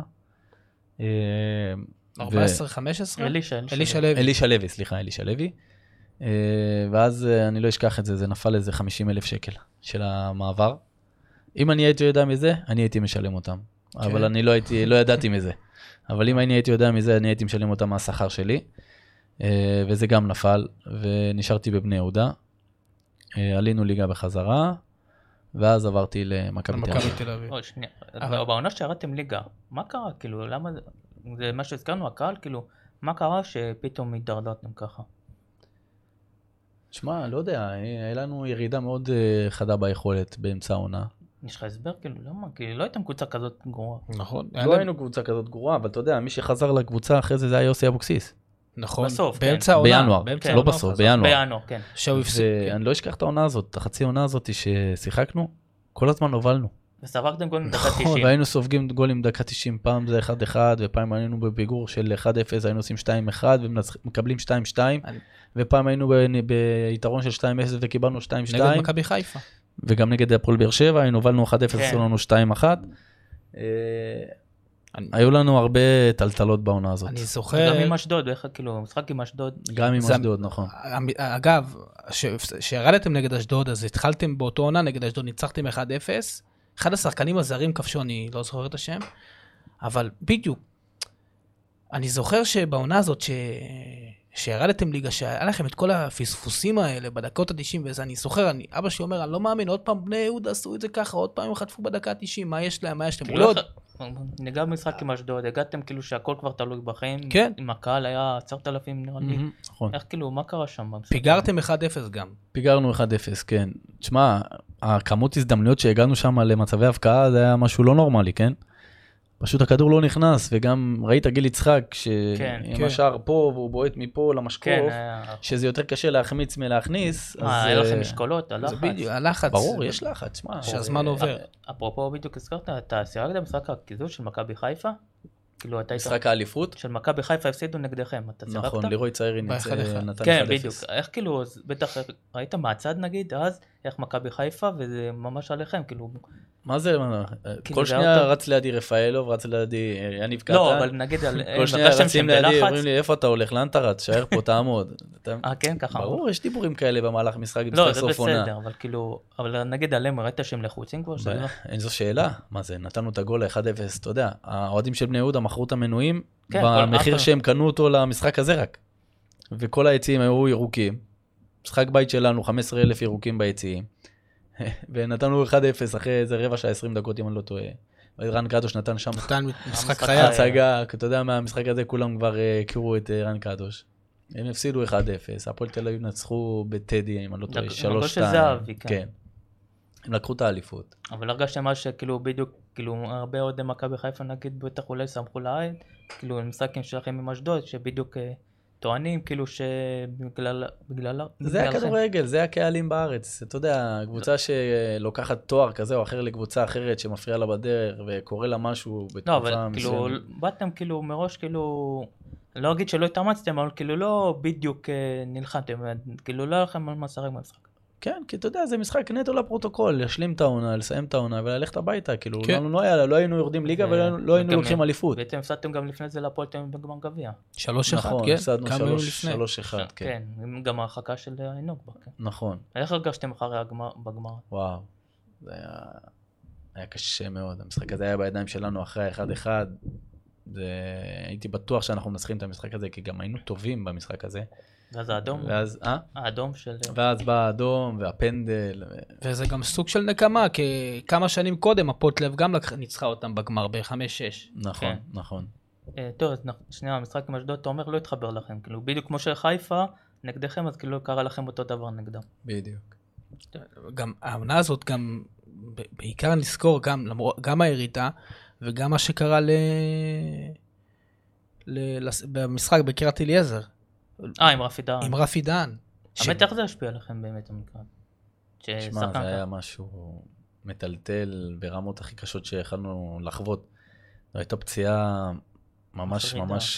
Speaker 3: 14, 15?
Speaker 4: אלישע לוי, סליחה, אלישע לוי. ואז אני לא אשכח את זה, זה נפל איזה 50,000 שקל של המעבר. אם אני הייתי יודע מזה, אני הייתי משלם אותם. אבל אני לא ידעתי מזה. אבל אם אני הייתי יודע מזה, אני הייתי משלם אותם מהשכר שלי. וזה גם נפל, ונשארתי בבני יהודה. עלינו ליגה בחזרה, ואז עברתי למכבי תל אביב.
Speaker 2: שנייה, בעונה שירדתם ליגה, מה קרה? כאילו, למה זה מה שהזכרנו, הקהל, כאילו, מה קרה שפתאום התדרדרתם ככה?
Speaker 4: שמע, לא יודע, היה לנו ירידה מאוד חדה ביכולת באמצע העונה.
Speaker 2: יש לך הסבר? כאילו, למה? כאילו, לא הייתם קבוצה כזאת גרועה.
Speaker 3: נכון.
Speaker 4: לא היינו קבוצה כזאת גרועה, אבל אתה יודע, מי שחזר לקבוצה אחרי זה היה יוסי אבוקסיס.
Speaker 3: נכון.
Speaker 2: בסוף,
Speaker 3: באמצע העונה.
Speaker 4: בינואר, לא בסוף, בינואר.
Speaker 2: בינואר, כן.
Speaker 4: ואני לא אשכח את העונה הזאת, החצי העונה הזאת ששיחקנו, כל הזמן הובלנו.
Speaker 2: וספגתם גולים דקה 90.
Speaker 4: נכון, והיינו סופגים גולים דקה 90, פעם זה 1-1, ופעם היינו בפיגור של 1-0, היינו עושים 2-1, ומקבלים 2-2, ופעם היינו ביתרון של 2-0 וקיבלנו 2-2.
Speaker 3: נגד מכבי חיפה.
Speaker 4: וגם נגד הפועל באר שבע, היינו הובלנו 1-0, עשו לנו 2-1. היו לנו הרבה טלטלות בעונה הזאת.
Speaker 3: אני זוכר...
Speaker 2: גם עם אשדוד, כאילו, משחק עם אשדוד.
Speaker 4: גם עם אשדוד, נכון.
Speaker 3: אגב, שירדתם נגד אשדוד, אז התחלתם באותו עונה, נגד אשדוד ניצחתם 1-0, אחד השחקנים הזרים כבשו, אני לא זוכר את השם, אבל בדיוק, אני זוכר שבעונה הזאת שירדתם ליגה, שהיה לכם את כל הפספוסים האלה בדקות ה-90, וזה אני זוכר, אבא שלי אומר, אני לא מאמין, עוד פעם בני יהודה עשו את זה ככה, עוד פעם הם חטפו בדקה ה-90, מה יש להם,
Speaker 2: ניגע במשחק עם אשדוד, הגעתם כאילו שהכל כבר תלוי בכם, עם הקהל היה 10,000 נראה לי, איך כאילו, מה קרה שם?
Speaker 3: פיגרתם 1-0 גם.
Speaker 4: פיגרנו 1-0, כן. תשמע, הכמות הזדמנויות שהגענו שם למצבי הבקעה, זה היה משהו לא נורמלי, כן? פשוט הכדור לא נכנס, וגם ראית גיל יצחק, שעם השער פה, והוא בועט מפה למשקוף, שזה יותר קשה להחמיץ מלהכניס.
Speaker 2: היה לכם משקולות, הלחץ.
Speaker 3: זה בדיוק, הלחץ.
Speaker 4: ברור, יש לחץ, מה?
Speaker 3: שהזמן עובר.
Speaker 2: אפרופו, בדיוק הזכרת, אתה סירקת במשחק הקיזוז של מכבי חיפה?
Speaker 4: משחק האליפות?
Speaker 2: של מכבי חיפה הפסידו נגדכם, אתה סירקת?
Speaker 4: נכון, לירוי צעירי נתן 1-0.
Speaker 2: כן, בדיוק. איך כאילו, בטח ראית מהצד נגיד, אז איך מכבי חיפה, וזה ממש עליכם, כאילו...
Speaker 4: מה זה? כל שנייה רץ לידי רפאלוב, רץ לידי יניב קטן.
Speaker 2: לא, אבל נגיד,
Speaker 4: כל שנייה רצים לידי, אומרים לי, איפה אתה הולך? לאן אתה רץ? שער פה, תעמוד.
Speaker 2: כן, ככה.
Speaker 4: ברור, יש דיבורים כאלה במהלך משחק,
Speaker 2: לא, זה בסדר, אבל כאילו, אבל נגיד עליהם, ראית שהם לחוצים כבר?
Speaker 4: אין זו שאלה. מה זה? נתנו את הגול ל-1-0, אתה יודע. האוהדים של בני יהודה מכרו את המנויים, במחיר שהם קנו אותו למשחק הזה רק. וכל היציעים היו ירוקים. משחק בית שלנו, 15,000 ירוקים ביציעים. ונתנו 1-0 אחרי איזה רבע שעה 20 דקות אם אני לא טועה. רן קדוש נתן שם
Speaker 3: משחק חיה.
Speaker 4: הצגה, אתה יודע מהמשחק הזה כולם כבר הכירו את רן קדוש. הם הפסידו 1-0, הפועל תל אביב נצחו בטדי אם אני לא טועה 3-2. כן. הם לקחו את האליפות.
Speaker 2: אבל הרגשתם מה שכאילו בדיוק, כאילו הרבה אוהדי מכבי חיפה נגיד בטח אולי שמחו לעין, כאילו משחקים שלכם עם אשדוד שבדיוק טוענים כאילו שבגלל...
Speaker 4: זה הכדורגל, זה הקהלים בארץ. אתה יודע, קבוצה שלוקחת תואר כזה או אחר לקבוצה אחרת שמפריעה לה בדרך וקורא לה משהו בתקופה מסוימת.
Speaker 2: לא, אבל כאילו, באתם כאילו מראש כאילו... לא אגיד שלא התאמצתם, אבל כאילו לא בדיוק נלחמתם, כאילו לא לכם על מסרק במשחק.
Speaker 4: כן, כי אתה יודע, זה משחק נטו לפרוטוקול, להשלים את העונה, לסיים את העונה וללכת הביתה, כאילו,
Speaker 3: כן.
Speaker 4: לא היינו יורדים ליגה ולא היינו לוקחים אליפות.
Speaker 2: ואתם הפסדתם גם לפני זה להפועל תל אביב בגמר גביע.
Speaker 3: 3-1,
Speaker 4: נכון,
Speaker 3: כן?
Speaker 4: הפסדנו
Speaker 3: כמה ימים לפני.
Speaker 4: 3-1, כן.
Speaker 2: כן, גם ההרחקה של הנוגבה, כן.
Speaker 4: נכון,
Speaker 2: איך הרגשתם אחרי בגמר?
Speaker 4: וואו, זה היה קשה מאוד, המשחק הזה היה בידיים שלנו אחרי 1-1, הייתי בטוח שאנחנו מנצחים את המשחק הזה, כי גם היינו טובים במשחק הזה.
Speaker 2: ואז האדום? האדום של...
Speaker 4: ואז בא האדום והפנדל.
Speaker 3: וזה גם סוג של נקמה, כי כמה שנים קודם הפועל תל אביב גם ניצחה אותם בגמר ב-5-6.
Speaker 4: נכון, נכון.
Speaker 2: טוב, אז שנייה, המשחק עם אשדוד, אתה אומר, לא התחבר לכם. כאילו, בדיוק כמו שחיפה נגדכם, אז כאילו קרה לכם אותו דבר נגדם.
Speaker 4: בדיוק.
Speaker 3: גם העונה הזאת, גם בעיקר נזכור, גם הירידה, וגם מה שקרה במשחק בקריית אליעזר.
Speaker 2: עם רפי דהן.
Speaker 3: עם רפי דהן.
Speaker 2: האמת, איך זה השפיע עליכם באמת המקרה?
Speaker 4: שמע, זה היה משהו מטלטל ברמות הכי קשות שיכלנו לחוות. זו הייתה פציעה ממש,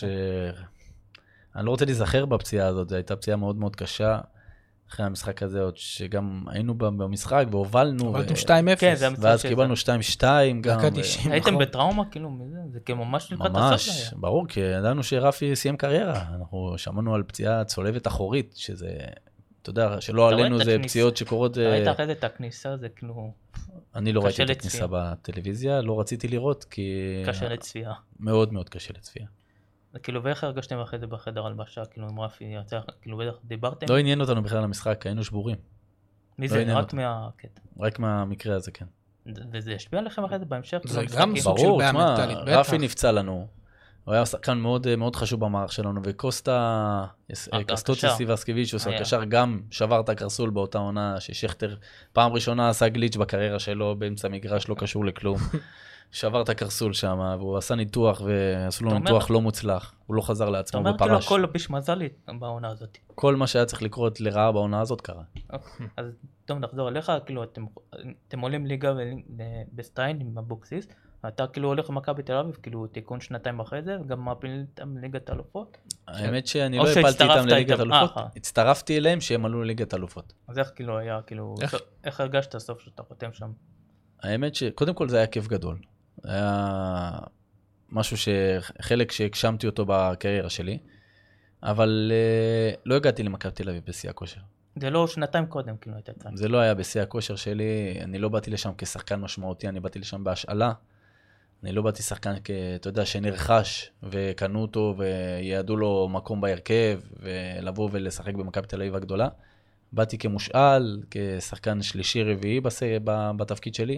Speaker 4: אני לא רוצה להיזכר בפציעה הזאת, זו הייתה פציעה מאוד מאוד קשה. אחרי המשחק הזה עוד שגם היינו במשחק והובלנו.
Speaker 3: הובלתם 2-0.
Speaker 4: ואז קיבלנו 2-2 גם.
Speaker 2: הייתם בטראומה כאילו מזה? זה ממש לקראת הסוף.
Speaker 4: ממש, ברור, כי ידענו שרפי סיים קריירה. אנחנו שמענו על פציעה צולבת אחורית, שזה, אתה יודע, שלא עלינו זה פציעות שקורות...
Speaker 2: ראית אחרי זה את הכניסה, זה כאילו...
Speaker 4: אני לא ראיתי את הכניסה בטלוויזיה, לא רציתי לראות, כי...
Speaker 2: קשה לצפייה.
Speaker 4: מאוד מאוד קשה לצפייה.
Speaker 2: כאילו, ואיך הרגשתם אחרי זה בחדר הלבשה, כאילו, עם רפי יצא, כאילו, בטח דיברתם?
Speaker 4: לא עניין אותנו בכלל למשחק, היינו שבורים.
Speaker 2: מי זה? רק מהקטע.
Speaker 4: רק מהמקרה הזה, כן.
Speaker 2: וזה השפיע עליכם אחרי זה בהמשך?
Speaker 3: זה גם סוג של
Speaker 4: ברור,
Speaker 3: בעיה
Speaker 4: תשמע,
Speaker 3: מנטלית, בטח.
Speaker 4: רפי נפצע לנו. הוא היה שחקן מאוד מאוד חשוב במערך שלנו, וקוסטה, קסטוציס סיבסקביץ', הקשר גם שבר את הקרסול באותה עונה, ששכטר פעם ראשונה עשה גליץ' בקריירה שלו, באמצע מגרש לא קשור לכלום. שבר את הקרסול שם, והוא עשה ניתוח, ועשו לו ניתוח לא מוצלח. הוא לא חזר לעצמו ופרש.
Speaker 2: אתה אומר כאילו הכל ביש מזלי בעונה הזאת.
Speaker 4: כל מה שהיה צריך לקרות לרעה בעונה הזאת קרה.
Speaker 2: אז טוב, נחזור אליך, כאילו אתם עולים ליגה בסטיין עם אבוקסיס, ואתה כאילו הולך למכבי תל אביב, כאילו תיקון שנתיים אחרי זה, וגם מעפילים איתם ליגת אלופות.
Speaker 4: האמת שאני לא הפלתי איתם לליגת אלופות, הצטרפתי אליהם שהם עלו לליגת אלופות.
Speaker 2: אז איך כאילו היה, כאילו, איך הרגשת הסוף שאתה חותם שם?
Speaker 4: האמת שקודם כל זה היה כיף גדול. היה משהו שחלק שהגשמתי אותו בקריירה שלי, אבל לא הגעתי למכבי תל אביב בשיא הכושר.
Speaker 2: זה לא שנתיים קודם, כאילו הייתה צעד.
Speaker 4: זה לא היה בשיא הכושר שלי, אני לא באתי לשם כשחקן משמעותי, אני באתי לשם בהשאלה. אני לא באתי שחקן, אתה יודע, שנרכש וקנו אותו ויעדו לו מקום בהרכב ולבוא ולשחק במכבי תל אביב הגדולה. באתי כמושאל, כשחקן שלישי רביעי בתפקיד שלי.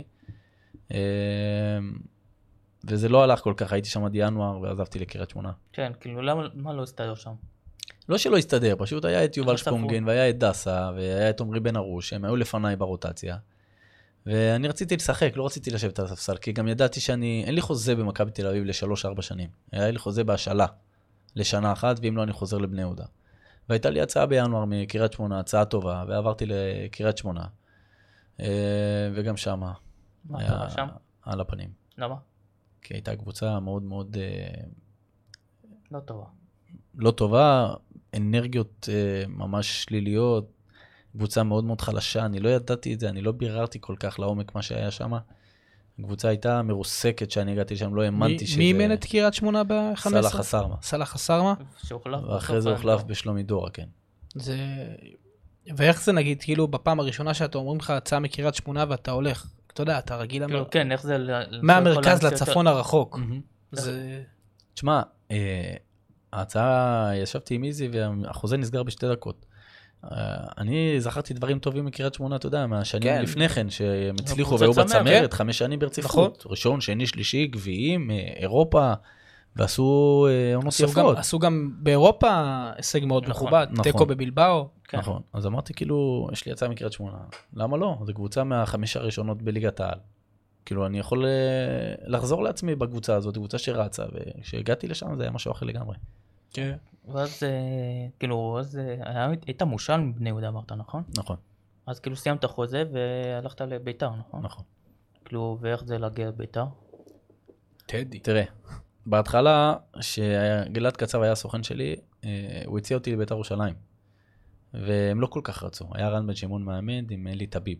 Speaker 4: וזה לא הלך כל כך, הייתי שם עד ינואר ועזבתי לקריית שמונה.
Speaker 2: כן, כאילו, למה לא הסתדר שם?
Speaker 4: לא שלא הסתדר, פשוט היה את יובל שפונגן והיה את דסה והיה את עומרי בן ארוש, הם היו לפניי ברוטציה. ואני רציתי לשחק, לא רציתי לשבת על הספסל, כי גם ידעתי אין לי חוזה במכבי תל אביב ל3-4 שנים. היה לי חוזה בהשאלה לשנה אחת, ואם לא אני חוזר לבני יהודה. והייתה לי הצעה בינואר מקריית שמונה, הצעה טובה, ועברתי לקריית שמונה. וגם שמה.
Speaker 2: מה קרה שם?
Speaker 4: על הפנים.
Speaker 2: למה?
Speaker 4: כי הייתה קבוצה מאוד מאוד...
Speaker 2: לא טובה.
Speaker 4: לא טובה, אנרגיות ממש שליליות, קבוצה מאוד מאוד חלשה, אני לא ידעתי את זה, אני לא ביררתי כל כך לעומק מה שהיה שם. הקבוצה הייתה מרוסקת שאני הגעתי שם, לא האמנתי שזה...
Speaker 3: מי אימן את קריית שמונה ב-15?
Speaker 4: סלאח חסרמה.
Speaker 3: סלאח חסרמה?
Speaker 4: ואחרי זה הוחלף בשלומי דורה, כן.
Speaker 3: ואיך זה נגיד, כאילו בפעם הראשונה שאתה אומרים לך הצעה מקריית שמונה ואתה הולך, אתה יודע, אתה רגיל...
Speaker 2: כן, איך זה...
Speaker 3: מהמרכז לצפון הרחוק.
Speaker 4: תשמע, ההצעה, ישבתי עם איזי והחוזה נסגר בשתי דקות. אני זכרתי דברים טובים מקריית שמונה, אתה יודע, מהשנים לפני כן, שהם הצליחו והיו בצמרת, 5 שנים ברציפות. ראשון, שני, שלישי, גביעים, אירופה, ועשו עונות יפות.
Speaker 3: עשו גם באירופה הישג מאוד מכובד, תיקו בבלבאו.
Speaker 4: נכון, אז אמרתי כאילו, יש לי הצעה מקריית שמונה. למה לא? זו קבוצה מה5 הראשונות בליגת העל. כאילו, אני יכול לחזור לעצמי בקבוצה הזאת, קבוצה שרצה, וכשהגעתי לשם זה היה משהו אחר לגמרי.
Speaker 3: כן.
Speaker 2: ואז כאילו, אז היית מושל מבני יהודה אמרת, נכון?
Speaker 4: נכון,
Speaker 2: אז כאילו סיימת חוזה והלכת לביתר, נכון?
Speaker 4: נכון.
Speaker 2: כאילו, ואיך זה להגיע לביתר?
Speaker 3: טדי.
Speaker 4: תראה, בהתחלה, שגלעד קצב היה הסוכן שלי, הוא הציע אותי לביתר ירושלים. והם לא כל כך רצו. היה רן בן שמעון מאמן עם אלי טביב.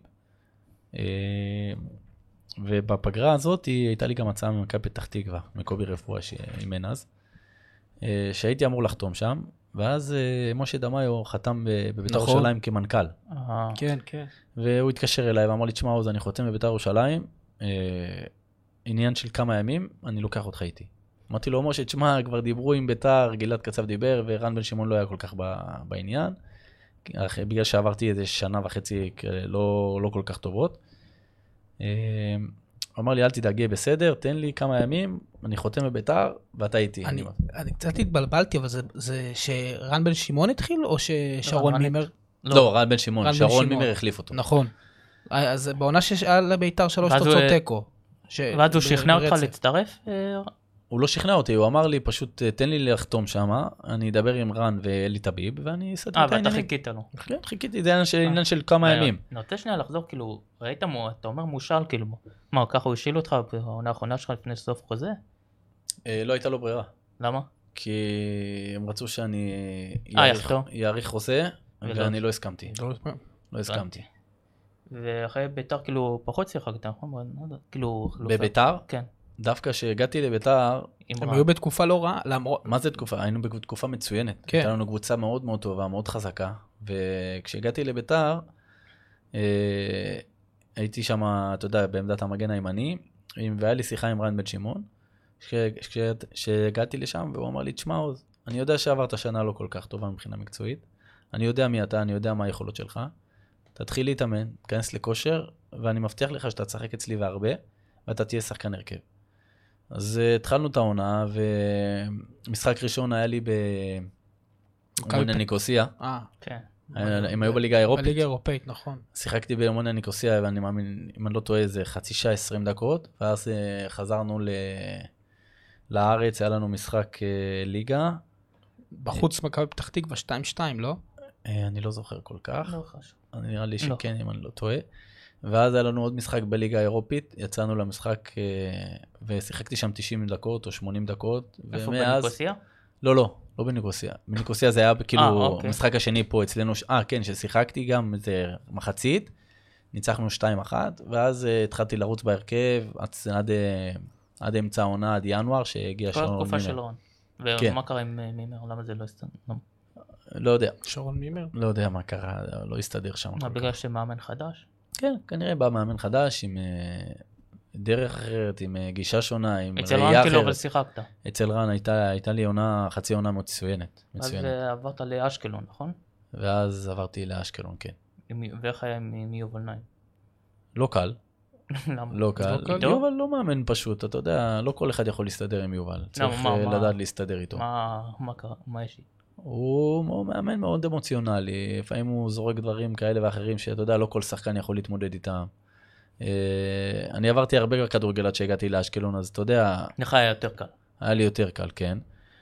Speaker 4: ובפגרה הזאת הייתה לי גם הצעה ממכבי פתח תקווה, מקובי רפואה שאימן אז, שהייתי אמור לחתום שם, ואז משה דמאיו חתם בביתר ירושלים כמנכ"ל.
Speaker 3: כן, כן.
Speaker 4: והוא התקשר אליי ואמר לי, תשמע עוז, אני חותם בביתר ירושלים, עניין של כמה ימים, אני לוקח אותך איתי. אמרתי לו, משה, תשמע, כבר דיברו עם ביתר, גלעד קצב דיבר, ורן בן שמעון לא היה כל כך בעניין, בגלל שעברתי איזה שנה וחצי לא כל כך טובות. הוא אמר לי, אל תדאגי, בסדר, תן לי כמה ימים, אני חותם בביתר, ואתה איתי.
Speaker 3: אני קצת התבלבלתי, אבל זה שרן בן שמעון התחיל, או ששרון מימר?
Speaker 4: לא, רן בן שמעון, שרון מימר החליף אותו.
Speaker 3: נכון. אז בעונה שהיה לביתר 3 תוצאות תיקו.
Speaker 2: ואז הוא שכנע אותך להצטרף?
Speaker 4: הוא לא שכנע אותי, הוא אמר לי, פשוט תן לי לחתום שם, אני אדבר עם רן ואלי טביב, ואני אסדר את העניינים.
Speaker 2: ואתה חיכית לו.
Speaker 4: כן, חיכיתי, זה עניין של כמה ימים.
Speaker 2: אני רוצה שנייה לחזור, כאילו, ראית, אתה אומר מושל, כאילו, מה, ככה הוא השיל אותך בעונה האחרונה שלך לפני סוף חוזה?
Speaker 4: לא הייתה לו ברירה.
Speaker 2: למה?
Speaker 4: כי הם רצו שאני יאריך חוזה, ואני לא הסכמתי. לא הסכמתי.
Speaker 2: ואחרי ביתר, כאילו, פחות שיחקת, נכון?
Speaker 4: בביתר?
Speaker 2: כן.
Speaker 4: דווקא כשהגעתי לביתר,
Speaker 3: הם היו בתקופה לא רעה, למרות...
Speaker 4: מה זה תקופה? היינו בתקופה מצוינת.
Speaker 3: כן.
Speaker 4: הייתה לנו קבוצה מאוד מאוד טובה, מאוד חזקה, וכשהגעתי לביתר, הייתי שם, אתה יודע, בעמדת המגן הימני, והיה לי שיחה עם רן בן שמעון, כשהגעתי לשם, והוא אמר לי, תשמע עוז, אני יודע שעברת שנה לא כל כך טובה מבחינה מקצועית, אני יודע מי אתה, אני יודע מה היכולות שלך, תתחיל להתאמן, תכנס לכושר, ואני מבטיח לך שאתה תשחק אצלי והרבה, ואתה תהיה שחקן הרכב. אז התחלנו את העונה, ומשחק ראשון היה לי באמוניה ניקוסיה.
Speaker 2: כן.
Speaker 4: הם היו בליגה האירופית.
Speaker 3: בליגה האירופית, נכון.
Speaker 4: שיחקתי באמוניה ניקוסיה, ואני מאמין, אם אני לא טועה, זה חצי שעה 20 דקות, ואז חזרנו לארץ, היה לנו משחק ליגה.
Speaker 3: בחוץ מכבי פתח תקווה 2-2, לא?
Speaker 4: אני לא זוכר כל כך.
Speaker 2: לא חשוב.
Speaker 4: נראה לי שכן, אם אני לא טועה. ואז היה לנו עוד משחק בליגה האירופית, יצאנו למשחק ושיחקתי שם 90 דקות או 80 דקות.
Speaker 2: איפה, בניקוסיה?
Speaker 4: לא בניקוסיה. בניקוסיה זה היה כאילו משחק השני פה אצלנו, כן, ששיחקתי גם איזה מחצית, ניצחנו 2-1, ואז התחלתי לרוץ בהרכב עד אמצע העונה, עד ינואר, שהגיע שרון מימר.
Speaker 2: כל התקופה של רון. ומה קרה עם מימר? למה זה לא הסתדר?
Speaker 4: לא יודע.
Speaker 3: שרון מימר?
Speaker 4: לא יודע מה קרה, לא הסתדר שם.
Speaker 2: בגלל שמאמן חדש?
Speaker 4: כן, כנראה בא מאמן חדש עם דרך אחרת, עם גישה שונה, עם
Speaker 2: אצל
Speaker 4: ראייה
Speaker 2: רן
Speaker 4: אחרת.
Speaker 2: כאילו אבל שיחקת.
Speaker 4: אצל רן הייתה לי חצי עונה מצוינת.
Speaker 2: אז עברת לאשקלון, נכון?
Speaker 4: ואז עברתי לאשקלון, כן.
Speaker 2: ואיך היה עם יובל נעים?
Speaker 4: לא קל.
Speaker 2: למה?
Speaker 4: לא קל. יובל לא מאמן פשוט, אתה יודע, לא כל אחד יכול להסתדר עם יובל. צריך לדעת להסתדר איתו.
Speaker 2: מה קרה? מה יש לי?
Speaker 4: הוא מאמן מאוד אמוציונלי, לפעמים הוא זורק דברים כאלה ואחרים שאתה יודע, לא כל שחקן יכול להתמודד איתם. אני עברתי הרבה כדורגל עד שהגעתי לאשקלון, אז אתה יודע...
Speaker 2: לך היה יותר קל.
Speaker 4: היה לי יותר קל, כן.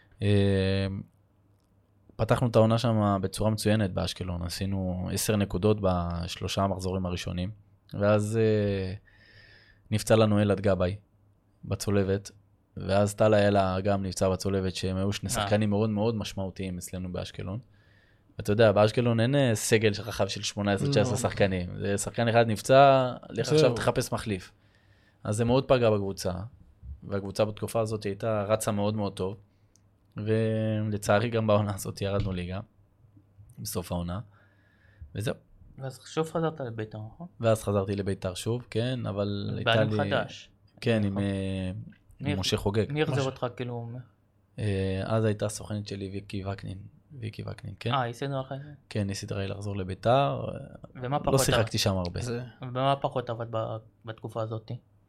Speaker 4: פתחנו את העונה שם בצורה מצוינת באשקלון, עשינו 10 נקודות בשלושה המחזורים הראשונים, ואז נפצע לנו אלעד גבאי בצולבת, ואז טלה אלה גם נפצע בצולבת, שהם היו שני שחקנים מאוד מאוד משמעותיים אצלנו באשקלון. ואתה יודע, באשקלון אין סגל רחב של 18-19 שחקנים. זה שחקן אחד נפצע, לך עכשיו תחפש מחליף. אז זה מאוד פגע בקבוצה, והקבוצה בתקופה הזאת הייתה רצה מאוד מאוד טוב, ולצערי גם בעונה הזאת ירדנו ליגה, בסוף העונה, וזהו.
Speaker 2: ואז שוב חזרת לביתר, נכון?
Speaker 4: ואז חזרתי לביתר שוב, כן, אבל הייתה לי...
Speaker 2: חדש.
Speaker 4: כן, עם משה חוגג.
Speaker 2: מי החזר אותך כאילו?
Speaker 4: אז הייתה סוכנת שלי ויקי וקנין, כן?
Speaker 2: היא סידרה לך?
Speaker 4: כן, היא סידרה לי לחזור לביתר.
Speaker 2: ומה פחות?
Speaker 4: לא שיחקתי שם הרבה.
Speaker 2: ומה פחות עבד בתקופה הזאת?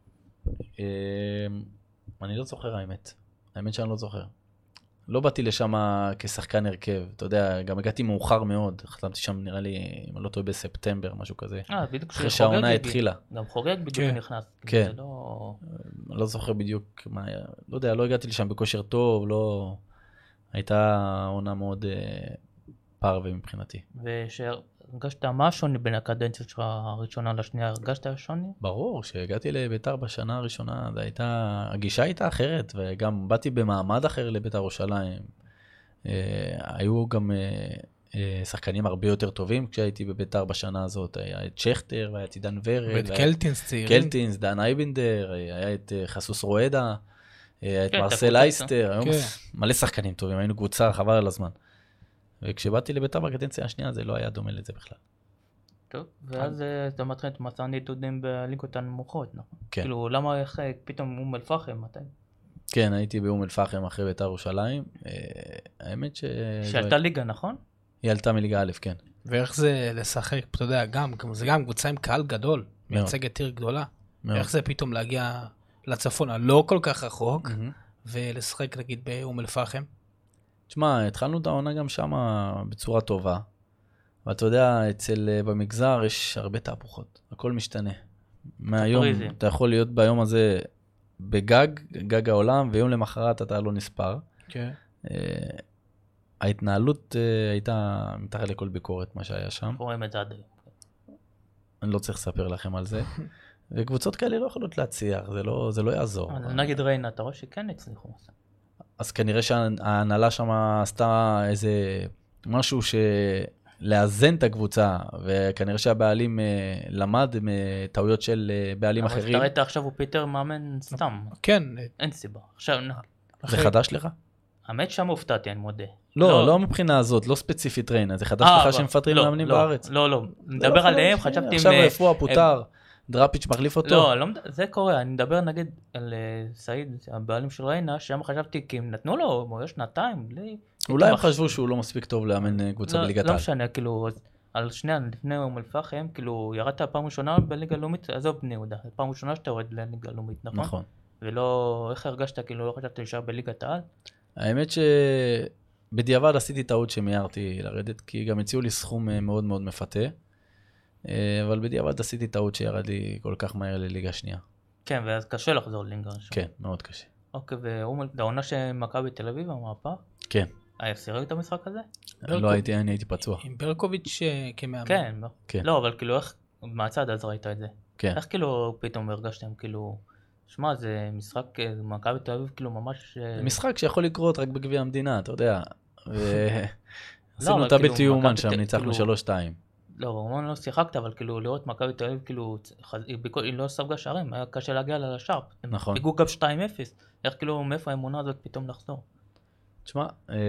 Speaker 4: אני לא זוכר האמת שאני לא זוכר. לא באתי לשם כשחקן הרכב, אתה יודע, גם הגעתי מאוחר מאוד, חתמתי שם נראה לי, אם אני לא טועה בספטמבר, משהו כזה. אחרי שהעונה התחילה.
Speaker 2: גם חוגג בדיוק נכנס.
Speaker 4: כן. לא זוכר בדיוק מה היה, לא יודע, לא הגעתי לשם בכושר טוב, לא... הייתה עונה מאוד פרווה מבחינתי.
Speaker 2: ושהרגשת מה השוני בין הקדנציות שלך הראשונה לשנייה, הרגשת שוני?
Speaker 4: ברור, כשהגעתי לביתר בשנה הראשונה, הגישה הייתה אחרת, וגם באתי במעמד אחר לביתר ירושלים. היו גם שחקנים הרבה יותר טובים כשהייתי בביתר בשנה הזאת. היה את שכטר, והיה את עידן ורד.
Speaker 3: ואת קלטינס צעירים.
Speaker 4: קלטינס, דן אייבנדר, היה את חסוס רואדה, היה את מרסל אייסטר, היו מלא שחקנים טובים, היינו קבוצה, חבל על הזמן. וכשבאתי לביתר בקדנציה השנייה, זה לא היה דומה לזה בכלל.
Speaker 2: טוב, ואז אתה מתחיל את מסע הנידודים בליגות הנמוכות, נכון?
Speaker 4: כן.
Speaker 2: כאילו, למה איך פתאום אום אל-פחם, מתי?
Speaker 4: כן, הייתי באום אל-פחם אחרי ביתר ירושלים. האמת
Speaker 2: שעלתה ליגה, נכון?
Speaker 4: היא עלתה מליגה א', כן.
Speaker 3: ואיך זה לשחק, אתה יודע, זה גם קבוצה עם קהל גדול, מייצגת עיר גדולה. איך זה פתאום להגיע לצפון הלא כל כך רחוק, ולשחק נגיד באום אל-פחם?
Speaker 4: תשמע, התחלנו את העונה גם שם בצורה טובה, ואתה יודע, במגזר יש הרבה תהפוכות, הכל משתנה. מהיום, אתה יכול להיות ביום הזה גג העולם, ויום למחרת אתה לא נספר.
Speaker 3: כן.
Speaker 4: ההתנהלות הייתה מתחת לכל ביקורת, מה שהיה שם.
Speaker 2: רואים את זה עד היום.
Speaker 4: אני לא צריך לספר לכם על זה. וקבוצות כאלה לא יכולות להצליח, זה לא יעזור.
Speaker 2: נגד ריינה, אתה רואה שכן הצליחו.
Speaker 4: אז כנראה שההנהלה שם עשתה איזה משהו לאזן את הקבוצה, וכנראה שהבעלים למד מטעויות של בעלים אחרים.
Speaker 2: אבל אתה ראית עכשיו הוא פיטר מאמן סתם.
Speaker 3: כן.
Speaker 2: אין סיבה. עכשיו...
Speaker 4: זה חדש לך?
Speaker 2: האמת שם הופתעתי, אני מודה.
Speaker 4: לא מבחינה הזאת, לא ספציפית ריינה, זה חדש לך שמפטרים מאמנים בארץ.
Speaker 2: לא, נדבר עליהם, חשבתי...
Speaker 4: עכשיו רפואה פוטר, דראפיץ' מחליף אותו.
Speaker 2: לא, זה קורה, אני מדבר נגיד על סעיד, הבעלים של ריינה, שם חשבתי כי הם נתנו לו, יש שנתיים, בלי...
Speaker 4: אולי הם חשבו שהוא לא מספיק טוב לאמן קבוצה בליגת העל.
Speaker 2: לא משנה, כאילו, על שנייה, לפני אום אל-פחם, כאילו, ירדת פעם ראשונה בליגה הלאומית, עזוב בני יהודה, פעם ראשונה שאתה יורד לליגה הלאומית, נכון?
Speaker 4: נכון.
Speaker 2: ולא, איך הרגשת, כאילו, לא חשבת להישאר בליגת העל?
Speaker 4: האמת שבדיעבד עשיתי טעות שמיירתי לרדת, כי גם הציעו לי סכום מאוד מאוד מפתה, אבל בדיעבד עשיתי טעות שירד לי כל כך מהר לליגה שנייה.
Speaker 2: כן, ואז קשה לחזור לליגה ראשונה.
Speaker 4: כן, מאוד קשה.
Speaker 2: אוקיי, והעונה שמכבי בתל אביב, המהפך?
Speaker 4: כן.
Speaker 2: סירב את המשחק הזה?
Speaker 4: לא הייתי, אני הייתי פצוע.
Speaker 3: עם ברקוביץ' כמאמן.
Speaker 2: כן. לא, אבל כאילו איך, מהצד אז ראית את זה?
Speaker 4: כן.
Speaker 2: איך כאילו פתאום הרגשתם, כאילו, שמע, זה משחק, מכבי תל אביב כאילו ממש...
Speaker 4: משחק שיכול לקרות רק בגביע המדינה, אתה יודע. עשינו את הבלתי יאומן שם, ניצחנו 3-2.
Speaker 2: לא, אומנם לא שיחקת, אבל כאילו לראות מכבי תל אביב, כאילו, היא לא ספגה שערים, היה קשה להגיע לשער.
Speaker 4: נכון.
Speaker 2: פיגעו גם 2-0, איך כאילו, מאיפה האמונה הזאת פתאום לחזור?
Speaker 4: תשמע,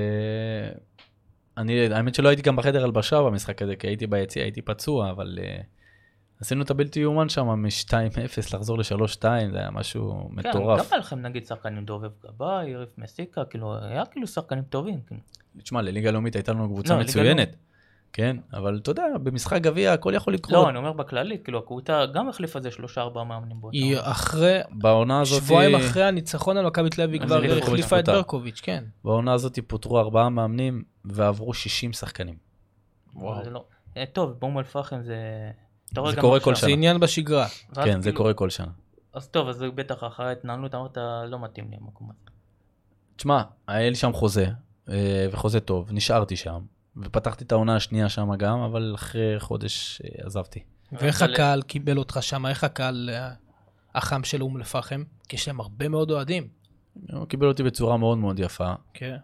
Speaker 4: האמת שלא הייתי גם בחדר הלבשה במשחק הזה, כי הייתי ביציע, הייתי פצוע, אבל עשינו את הבלתי יאומן שם מ-2-0 לחזור ל-3-2, זה היה משהו מטורף.
Speaker 2: כן, גם היה לכם נגיד שחקנים דובב גבאי, יריף מסיקה, כאילו, היה כאילו שחקנים טובים.
Speaker 4: תשמע, לליגה לאומית הייתה לנו קבוצה מצוינת. כן, אבל אתה יודע, במשחק גביע הכל יכול לקרות.
Speaker 2: לא, אני אומר בכללי, כאילו הקבוצה גם החליפה זה 3-4 מאמנים באותה.
Speaker 3: היא אחרי,
Speaker 4: בעונה הזאת...
Speaker 3: שבועיים אחרי הניצחון על מכבי תל אביב כבר החליפה את ברקוביץ', כן.
Speaker 4: בעונה הזאת פוטרו 4 מאמנים ועברו 60 שחקנים.
Speaker 2: טוב, באום אל-פחם זה...
Speaker 4: זה קורה כל שנה.
Speaker 3: זה עניין בשגרה.
Speaker 4: כן, זה קורה כל שנה.
Speaker 2: אז טוב, אז בטח אחרי ההתנהלות אמרת, לא מתאים לי המקום הזה.
Speaker 4: תשמע, היה לי שם חוזה, וחוזה טוב, נשארתי שם. ופתחתי את העונה השנייה שם גם, אבל אחרי חודש עזבתי.
Speaker 3: ואיך הקהל קיבל אותך שם? איך הקהל החם של אום אל-פחם? כי יש להם הרבה מאוד אוהדים.
Speaker 4: הוא קיבל אותי בצורה מאוד מאוד יפה.
Speaker 3: כן.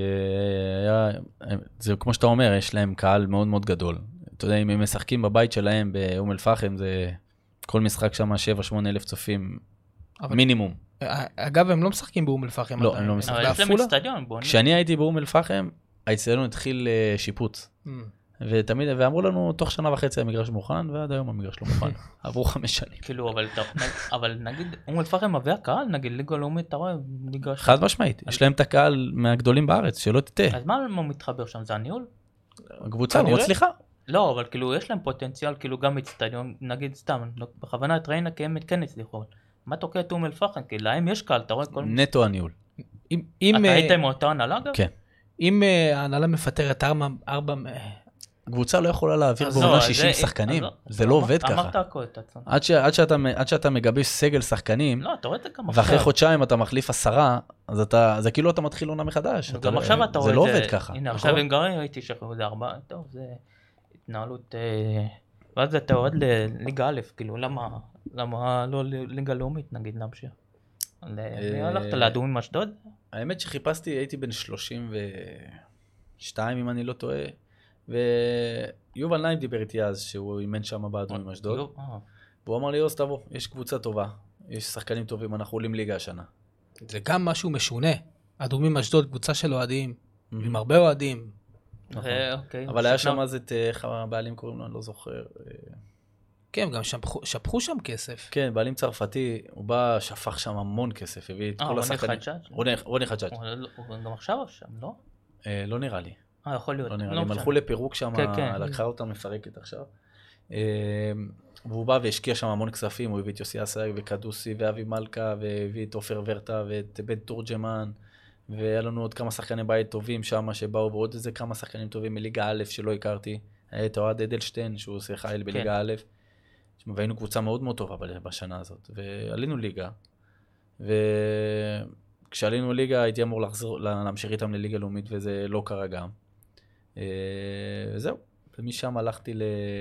Speaker 4: זה כמו שאתה אומר, יש להם קהל מאוד מאוד גדול. אתה יודע, אם הם משחקים בבית שלהם באום אל-פחם, זה כל משחק שם 7-8 אלף צופים מינימום.
Speaker 3: אגב, הם לא משחקים באום אל-פחם.
Speaker 4: לא, הם לא משחקים.
Speaker 2: אבל יש להם אצטדיון.
Speaker 4: כשאני הייתי באום אל-פחם, האצטדיון התחיל שיפוץ. ואמרו לנו, תוך 1.5 שנה המגרש מוכן, ועד היום המגרש לא מוכן. עברו 5 שנים.
Speaker 2: כאילו, אבל נגיד, אום אל-פחם מביא הקהל, נגיד, ליגה לאומית, אתה רואה, ליגה...
Speaker 4: חד משמעית, יש להם את הקהל מהגדולים בארץ, שלא תטעה.
Speaker 2: אז מה מתחבר שם? זה הניהול?
Speaker 4: הקבוצה מאוד סליחה.
Speaker 2: לא, אבל כאילו, יש להם פוטנציאל, כאילו, גם אצטדיון, נגיד, סתם, בכוונה את ריינה, כי הם כן הצליחו. מה תוקע את אום אל-פחם? כי להם יש קהל, אתה רואה כל...
Speaker 4: נטו הניהול.
Speaker 2: אתה היית עם אותה הנהלה, אגב?
Speaker 4: כן.
Speaker 3: אם ההנהלה מפטרת
Speaker 4: קבוצה לא יכולה להעביר
Speaker 3: אז
Speaker 4: בעונה
Speaker 2: לא,
Speaker 4: 60
Speaker 2: זה-
Speaker 4: שחקנים,
Speaker 2: אז
Speaker 4: זה לא עובד ככה.
Speaker 2: אמרת הכל, אתה צודק.
Speaker 4: עד שאתה מגבש סגל שחקנים,
Speaker 2: לא, אתה רואה את זה גם
Speaker 4: ואחרי
Speaker 2: עכשיו.
Speaker 4: חודשיים אתה מחליף 10, אז זה כאילו אתה מתחיל עונה מחדש.
Speaker 2: גם עכשיו אתה רואה
Speaker 4: זה
Speaker 2: את
Speaker 4: לא
Speaker 2: זה.
Speaker 4: עובד ככה.
Speaker 2: הנה,
Speaker 4: נכון?
Speaker 2: עכשיו עם גרי ראיתי שחררו זה 4, טוב, זה התנהלות... ואז אתה יורד לליגה א', כאילו, למה לא ליגה לאומית, נגיד, להמשיך? מי הלכת לאדומים אשדוד?
Speaker 4: האמת שחיפשתי, הייתי בן 32, אם אני לא טועה, ויובל נעים דיבר איתי אז, שהוא אימן שם באדומים אשדוד, והוא אמר לי, יוס, תבוא, יש קבוצה טובה, יש שחקנים טובים, אנחנו עולים ליגה השנה.
Speaker 3: זה גם משהו משונה. אדומים אשדוד, קבוצה של אוהדים, עם הרבה אוהדים.
Speaker 2: אוקיי.
Speaker 4: אבל היה שם אז את, איך הבעלים קוראים לו, אני לא זוכר.
Speaker 3: כן, גם שפכו שם כסף.
Speaker 4: כן, בעלים צרפתי, הוא בא, שפך שם המון כסף, הביא את כל השחקנים. רוני חג'אג'.
Speaker 2: הוא גם עכשיו שם, לא?
Speaker 4: לא נראה לי.
Speaker 2: יכול להיות.
Speaker 4: לא נראה לי, הם הלכו לפירוק שם, לקחה אותם מפרקת עכשיו. והוא בא והשקיע שם המון כספים, הוא הביא את יוסי אסייג וקדוסי ואבי מלכה, והביא את אופר ורטה ואת בן תורג'מן, והיה לנו עוד כמה שחקני בית טובים שם שבאו, ועוד איזה כמה שחקנים טובים מליגה א' שלא הכרתי. היה את אוהד אדלשטיין, שהוא עושה חייל בליגה א', והיינו קבוצה מאוד מאוד טובה בשנה הזאת, ועלינו ליגה, וכשעלינו ליגה הייתי אמור להמשיך איתם לליגה לאומית, וזה לא קרה גם. וזהו, ומשם הלכתי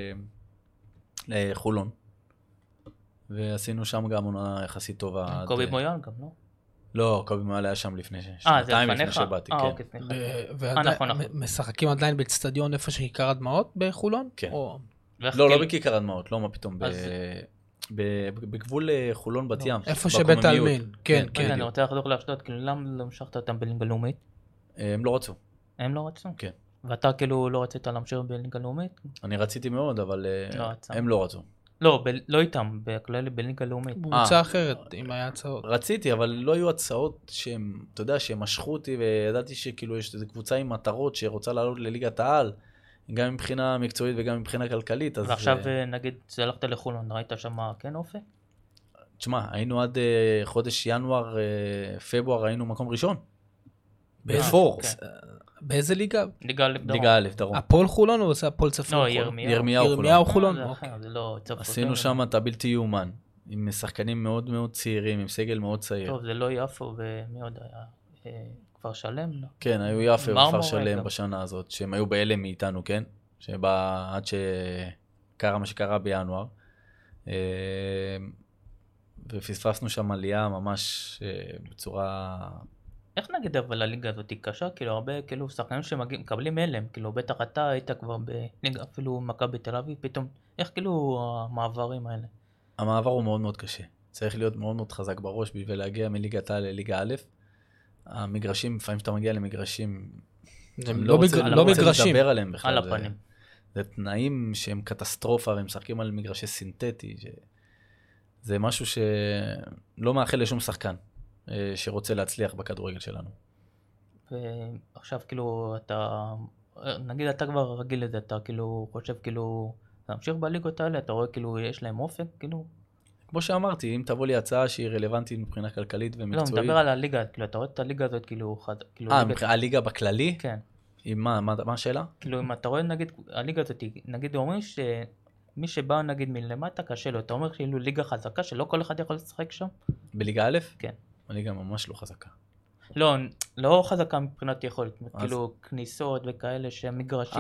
Speaker 4: לחולון, ועשינו שם גם עונה יחסית טובה.
Speaker 2: קובי מויאל גם, לא?
Speaker 4: לא, קובי מויאל היה שם לפני שנתיים לפני שבאתי, כן.
Speaker 2: אוקיי, סליחה. נכון.
Speaker 3: משחקים עדיין באצטדיון איפה שכיכר הדמעות בחולון?
Speaker 4: כן. לא
Speaker 2: כאילו-
Speaker 4: בכיכר הדמעות, לא מה פתאום, בגבול חולון בת ים.
Speaker 3: איפה שבית העלמין, כן,
Speaker 2: כן,
Speaker 3: כן.
Speaker 2: אני רוצה לחזור לאשדוד, כאילו למה לא המשכת אותם בליגה לאומית?
Speaker 4: הם לא רצו.
Speaker 2: הם לא רצו?
Speaker 4: כן.
Speaker 2: ואתה כאילו לא רצית להמשיך בליגה לאומית?
Speaker 4: אני רציתי מאוד, אבל
Speaker 2: לא רצה.
Speaker 4: הם לא רצו.
Speaker 2: לא איתם, בכללי בליגה לאומית.
Speaker 3: קבוצה אחרת, אם היה הצעות.
Speaker 4: רציתי, אבל לא היו הצעות שהם, אתה יודע, שהם משכו אותי, וידעתי שכאילו יש איזו קבוצה עם מטרות שרוצה לעלות לליגת העל, גם מבחינה מקצועית וגם מבחינה כלכלית.
Speaker 2: ועכשיו נגיד, הלכת לחולון, ראית שם כן אופק?
Speaker 4: תשמע, היינו עד חודש ינואר, פברואר, היינו מקום ראשון. בפורס.
Speaker 3: באיזה ליגה?
Speaker 2: ליגה א' דרום.
Speaker 4: ליגה א' דרום.
Speaker 3: הפועל חולון או זה הפועל צפון?
Speaker 2: לא,
Speaker 3: ירמיהו חולון.
Speaker 2: זה אחר, זה לא צפון.
Speaker 4: עשינו שם את הבלתי יאומן, עם שחקנים מאוד מאוד צעירים, עם סגל מאוד צעיר.
Speaker 2: טוב, זה לא יפו ומי עוד היה? כפר שלם? לא?
Speaker 4: כן, היו יפה וכפר שלם בשנה הזאת, שהם היו בהלם מאיתנו, כן? שבא עד שקרה מה שקרה בינואר. ופספסנו שם עלייה ממש בצורה...
Speaker 2: איך נגיד אבל הליגה הזאת היא קשה? כאילו הרבה כאילו שחקנים שמקבלים הלם, כאילו בטח אתה היית כבר בליגה, אפילו מכבי בתל אביב, פתאום, איך כאילו המעברים האלה?
Speaker 4: המעבר הוא מאוד מאוד קשה. צריך להיות מאוד מאוד חזק בראש בשביל להגיע מליגת העל לליגה א'. המגרשים, לפעמים שאתה מגיע למגרשים,
Speaker 3: הם לא מגרשים.
Speaker 4: לדבר עליהם בכלל.
Speaker 2: על הפנים.
Speaker 4: זה תנאים שהם קטסטרופה, והם משחקים על מגרשי סינתטי. זה משהו שלא מאחל לשום שחקן שרוצה להצליח בכדורגל שלנו.
Speaker 2: ועכשיו כאילו אתה, נגיד אתה כבר רגיל לזה, אתה כאילו חושב כאילו, להמשיך בליגות האלה, אתה רואה כאילו יש להם אופק, כאילו?
Speaker 4: כמו שאמרתי, אם תבוא לי הצעה שהיא רלוונטית מבחינה כלכלית ומקצועית.
Speaker 2: לא, מדבר על הליגה, כאילו אתה רואה את הליגה הזאת כאילו...
Speaker 4: הליגה בכללי?
Speaker 2: כן.
Speaker 4: מה השאלה?
Speaker 2: כאילו אם אתה רואה נגיד, הליגה הזאת, נגיד אומרים שמי שבא נגיד מלמטה קשה לו, אתה אומר כאילו ליגה חזקה שלא כל אחד יכול לשחק שם?
Speaker 4: בליגה א'?
Speaker 2: כן.
Speaker 4: הליגה ממש לא חזקה.
Speaker 2: לא חזקה מבחינת יכולת, כאילו כניסות וכאלה שמגרשים.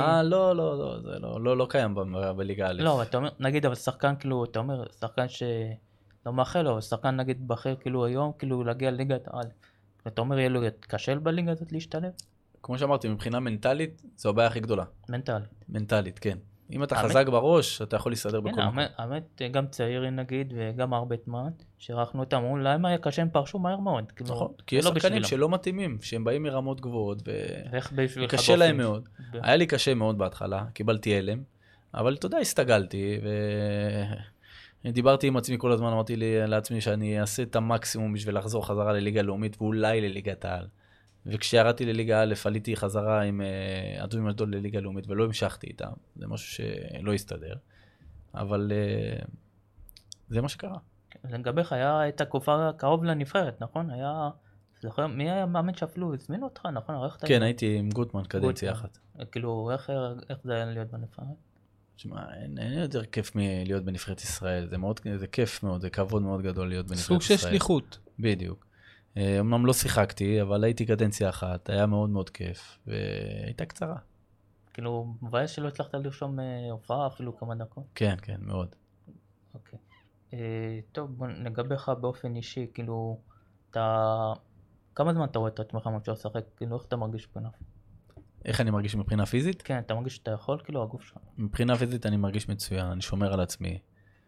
Speaker 4: לא קיים בליגה א'.
Speaker 2: לא, אתה אומר, נגיד אבל שחקן כאילו, אתה אומר, שחקן שלא מאחל לו, שחקן נגיד בכיר כאילו היום, כאילו להגיע לליגת העל. אתה אומר, יהיה לו קשה בליגה הזאת להשתלב?
Speaker 4: כמו שאמרתי, מבחינה מנטלית, זו הבעיה הכי גדולה. מנטלית, כן. אם אתה חזק בראש, אתה יכול להסתדר בכל מקום.
Speaker 2: האמת, גם צעירים נגיד, וגם הרבה שערכנו אותם, אמרו, למה היה קשה, הם פרשו מהר מאוד.
Speaker 4: נכון, כי יש שחקנים שלא מתאימים, שהם באים מרמות גבוהות, וקשה להם מאוד. היה לי קשה מאוד בהתחלה, קיבלתי הלם, אבל אתה יודע, הסתגלתי, ודיברתי עם עצמי כל הזמן, אמרתי לעצמי שאני אעשה את המקסימום בשביל לחזור חזרה לליגה לאומית, ואולי לליגת העל. וכשירדתי לליגה א', עליתי חזרה עם אדומים אשדוד לליגה לאומית, ולא המשכתי איתם. זה משהו שלא הסתדר. אבל זה מה שקרה.
Speaker 2: לגביך היה את התקופה קרוב לנבחרת, נכון? היה זוכר, מי היה מאמן שאפילו הזמינו אותך, נכון?
Speaker 4: כן, הייתי עם גוטמן קדנציה אחת.
Speaker 2: כאילו, איך זה היה להיות בנבחרת?
Speaker 4: תשמע, אין יותר כיף מלהיות בנבחרת ישראל, זה כיף מאוד, זה כבוד מאוד גדול להיות בנבחרת ישראל.
Speaker 3: סוג של שליחות.
Speaker 4: בדיוק. אמנם לא שיחקתי, אבל הייתי קדנציה אחת, היה מאוד מאוד כיף, והייתה קצרה.
Speaker 2: כאילו, מבאס שלא הצלחת לרשום הופעה אפילו כמה דקות?
Speaker 4: כן, כן, מאוד.
Speaker 2: אוקיי. טוב, בוא נגביך באופן אישי, כאילו, כמה זמן אתה רואה את עצמך ממש לשחק? כאילו, איך אתה מרגיש מבחינה?
Speaker 4: איך אני מרגיש מבחינה פיזית?
Speaker 2: כן, אתה מרגיש שאתה יכול, כאילו, הגוף שלך?
Speaker 4: מבחינה פיזית אני מרגיש מצוין, אני שומר על עצמי.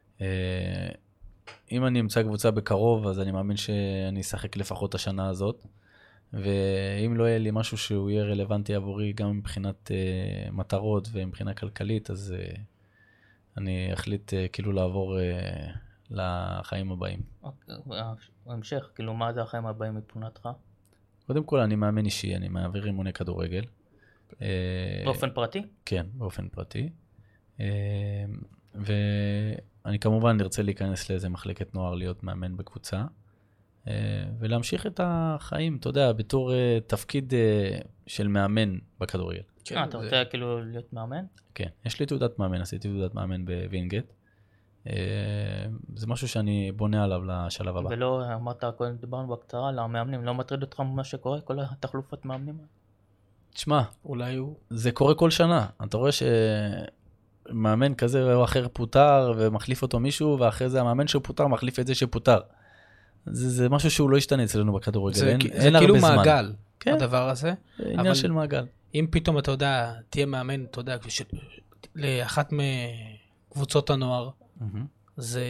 Speaker 4: אם אני אמצא קבוצה בקרוב, אז אני מאמין שאני אשחק לפחות השנה הזאת. ואם לא יהיה לי משהו שהוא יהיה רלוונטי עבורי, גם מבחינת מטרות ומבחינה כלכלית, אז אני אחליט כאילו לעבור לחיים הבאים.
Speaker 2: המשך, כאילו, מה זה החיים הבאים מבחינתך?
Speaker 4: קודם כל, אני מאמן אישי, אני מעביר אימוני כדורגל.
Speaker 2: באופן פרטי?
Speaker 4: כן, באופן פרטי. ואני כמובן נרצה להיכנס לאיזה מחלקת נוער, להיות מאמן בקבוצה, ולהמשיך את החיים, אתה יודע, בתור תפקיד של מאמן בכדורגל.
Speaker 2: אתה רוצה כאילו להיות מאמן?
Speaker 4: כן, יש לי תעודת מאמן, עשיתי תעודת מאמן בווינגייט. זה משהו שאני בונה עליו לשלב הבא.
Speaker 2: ולא, אמרת, קודם דיברנו בקצרה, למאמנים, לא מטריד אותך מה שקורה, כל התחלופות מאמנים?
Speaker 4: תשמע,
Speaker 3: אולי הוא...
Speaker 4: זה קורה כל שנה. אתה רואה שמאמן כזה או אחר פוטר ומחליף אותו מישהו, ואחרי זה המאמן שפוטר מחליף את זה שפוטר. זה משהו שהוא לא ישתנה אצלנו בכדורגל.
Speaker 3: זה
Speaker 4: אין
Speaker 3: כאילו
Speaker 4: הרבה זמן.
Speaker 3: מעגל,
Speaker 4: כן.
Speaker 3: הדבר הזה.
Speaker 4: עניין של מעגל.
Speaker 3: אם פתאום אתה יודע, תהיה מאמן, אתה יודע, לאחת מקבוצות הנוער, זה...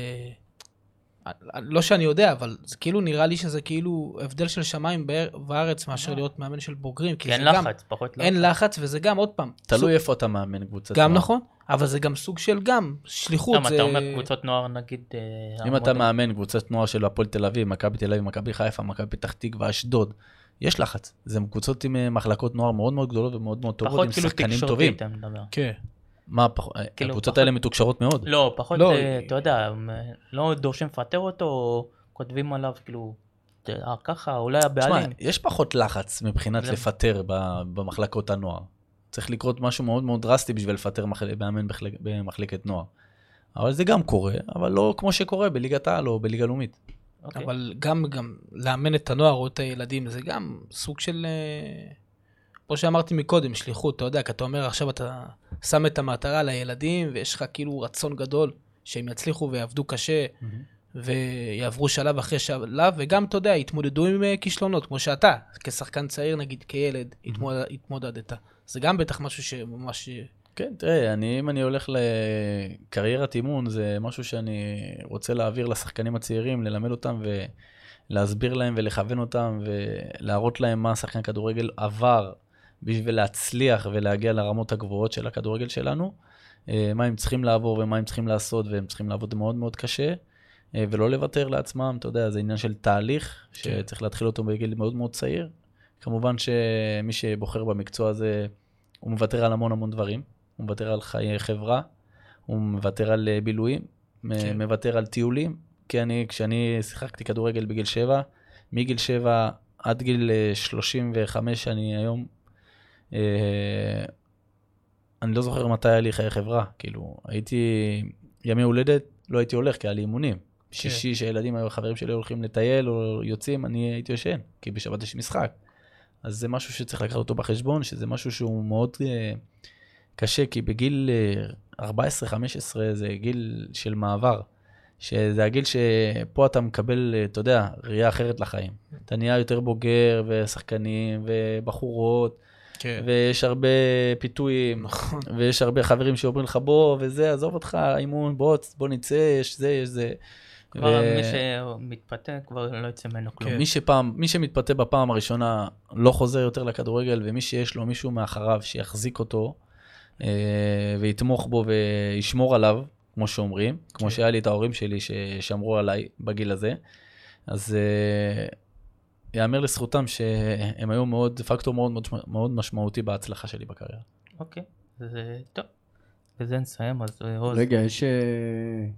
Speaker 3: לא שאני יודע, אבל זה כאילו נראה לי שזה כאילו הבדל של שמיים בארץ מאשר להיות מאמן של בוגרים.
Speaker 2: כי אין לחץ, פחות לחץ.
Speaker 3: אין לחץ, וזה גם עוד פעם.
Speaker 4: תלוי איפה אתה מאמן קבוצת
Speaker 3: גם
Speaker 4: נוער.
Speaker 3: נכון, אבל זה גם סוג של גם שליחות.
Speaker 2: גם אתה אומר קבוצות נוער נגיד...
Speaker 4: אם אתה מאמן קבוצת נוער של הפועל תל אביב, מכבי תל אביב, מכבי חיפה, מכבי פתח תקווה, אשדוד, יש לחץ. זה קבוצות עם מחלקות נוער מאוד מאוד גדולות ומאוד מאוד טובות, עם שחקנים טובים.
Speaker 3: כן.
Speaker 4: מה פחות? הקבוצות האלה מתוקשרות מאוד.
Speaker 2: לא, פחות, אתה יודע, לא דורשים לפטר אותו, או כותבים עליו, כאילו, ככה, אולי הבעלים.
Speaker 4: תשמע, יש פחות לחץ מבחינת לפטר במחלקות הנוער. צריך לקרות משהו מאוד מאוד דרסטי בשביל לפטר מאמן במחלקת נוער. אבל זה גם קורה, אבל לא כמו שקורה בליגת העל או בליגה לאומית.
Speaker 3: אבל גם לאמן את הנוער או את הילדים, זה גם סוג של... כמו שאמרתי מקודם, שליחות, אתה יודע, כי אתה אומר עכשיו אתה שם את המטרה לילדים, ויש לך כאילו רצון גדול שהם יצליחו ויעבדו קשה, ויעברו שלב אחרי שלב, וגם, אתה יודע, יתמודדו עם כישלונות, כמו שאתה, כשחקן צעיר, נגיד, כילד, התמודדת. זה גם בטח משהו שממש...
Speaker 4: כן, תראה, אם אני הולך לקריירת אימון, זה משהו שאני רוצה להעביר לשחקנים הצעירים, ללמד אותם ולהסביר להם ולכוון אותם, ולהראות להם מה השחקן כדורגל עבר, בשביל להצליח ולהגיע לרמות הגבוהות של הכדורגל שלנו, מה הם צריכים לעבור ומה הם צריכים לעשות, והם צריכים לעבוד מאוד מאוד קשה, ולא לוותר לעצמם, אתה יודע, זה עניין של תהליך, שצריך להתחיל אותו בגיל מאוד מאוד צעיר. כמובן שמי שבוחר במקצוע הזה, הוא מוותר על המון המון דברים, הוא מוותר על חיי חברה, הוא מוותר על בילויים, מוותר על טיולים, כי כשאני שיחקתי כדורגל בגיל 7, מגיל 7 עד גיל 35 אני היום, אני לא זוכר מתי היה לי חיי חברה, כאילו, הייתי ימי הולדת, לא הייתי הולך, כי היה לי אימונים. שישי שילדים היו חברים שלי הולכים לטייל או יוצאים, אני הייתי יושן, כי בשבת יש משחק. אז זה משהו שצריך לקחת אותו בחשבון, שזה משהו שהוא מאוד קשה, כי בגיל 14-15 זה גיל של מעבר, שזה הגיל שפה אתה מקבל, אתה יודע, ראייה אחרת לחיים. אתה נהיה יותר בוגר ושחקנים ובחורות, ויש הרבה פיתויים, ויש הרבה חברים שאומרים לך בוא וזה, עזוב אותך, אימון, בוא נצא, יש זה, יש זה.
Speaker 2: כבר מי שמתפתה כבר לא יצא ממנו כלום.
Speaker 4: מי שמתפתה בפעם הראשונה לא חוזר יותר לכדורגל, ומי שיש לו מישהו מאחריו שיחזיק אותו, ויתמוך בו וישמור עליו, כמו שאומרים, כמו שהיה לי את ההורים שלי ששמרו עליי בגיל הזה, אז יאמר לזכותם שהם היו פקטור מאוד משמעותי בהצלחה שלי בקריירה.
Speaker 2: אוקיי, זה טוב. וזה נסיים, אז
Speaker 1: רגע, יש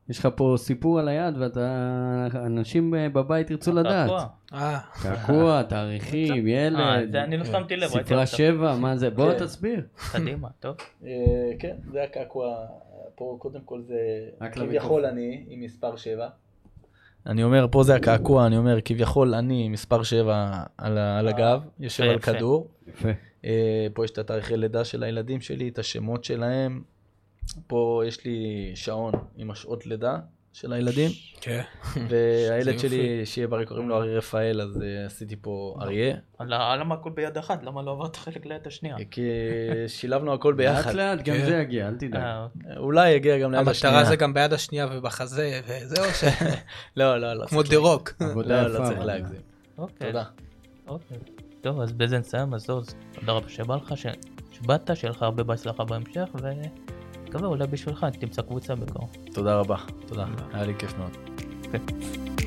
Speaker 5: יש לך פה סיפור על היד, ואנשים בבית ירצו לדעת. קעקוע, תאריכים, ילד.
Speaker 2: זה אני לא שמתי לב.
Speaker 5: ספרה 7, מה זה? בוא תסביר.
Speaker 2: קדימה, טוב.
Speaker 4: כן, זה הקעקוע. פה קודם כל זה כביכול אני עם מספר 7. אני אומר, פה זה הקעקוע, אני אומר, כביכול אני מספר 7 על הגב, יושב על כדור.
Speaker 5: יפה.
Speaker 4: פה יש את התאריכי לידה של הילדים שלי, את השמות שלהם. פה יש לי שעון עם השעות לידה של הילדים.
Speaker 3: כן.
Speaker 4: והילד שלי, שיהיה בריא, קוראים לו אריה רפאל, אז עשיתי פה אריה.
Speaker 2: למה הכל ביד אחת? למה לא עברת חלק ליד השנייה?
Speaker 4: כי שילבנו הכל ביחד.
Speaker 5: לאט לאט, גם זה יגיע, אל תדאג.
Speaker 4: אולי יגיע גם ליד השנייה.
Speaker 3: המטרה זה גם ביד השנייה ובחזה, וזהו ש...
Speaker 4: לא.
Speaker 3: כמו דירוק.
Speaker 4: לא צריך להגזים. תודה.
Speaker 2: אוקיי. טוב, אז בזה נסיים, אז תודה רבה שבא לך, שבאת, שיהיה לך הרבה בהצלחה בהמשך, ומקווה אולי בשבילך תמצא קבוצה בקרוב.
Speaker 4: תודה רבה, תודה. היה לי כיף מאוד.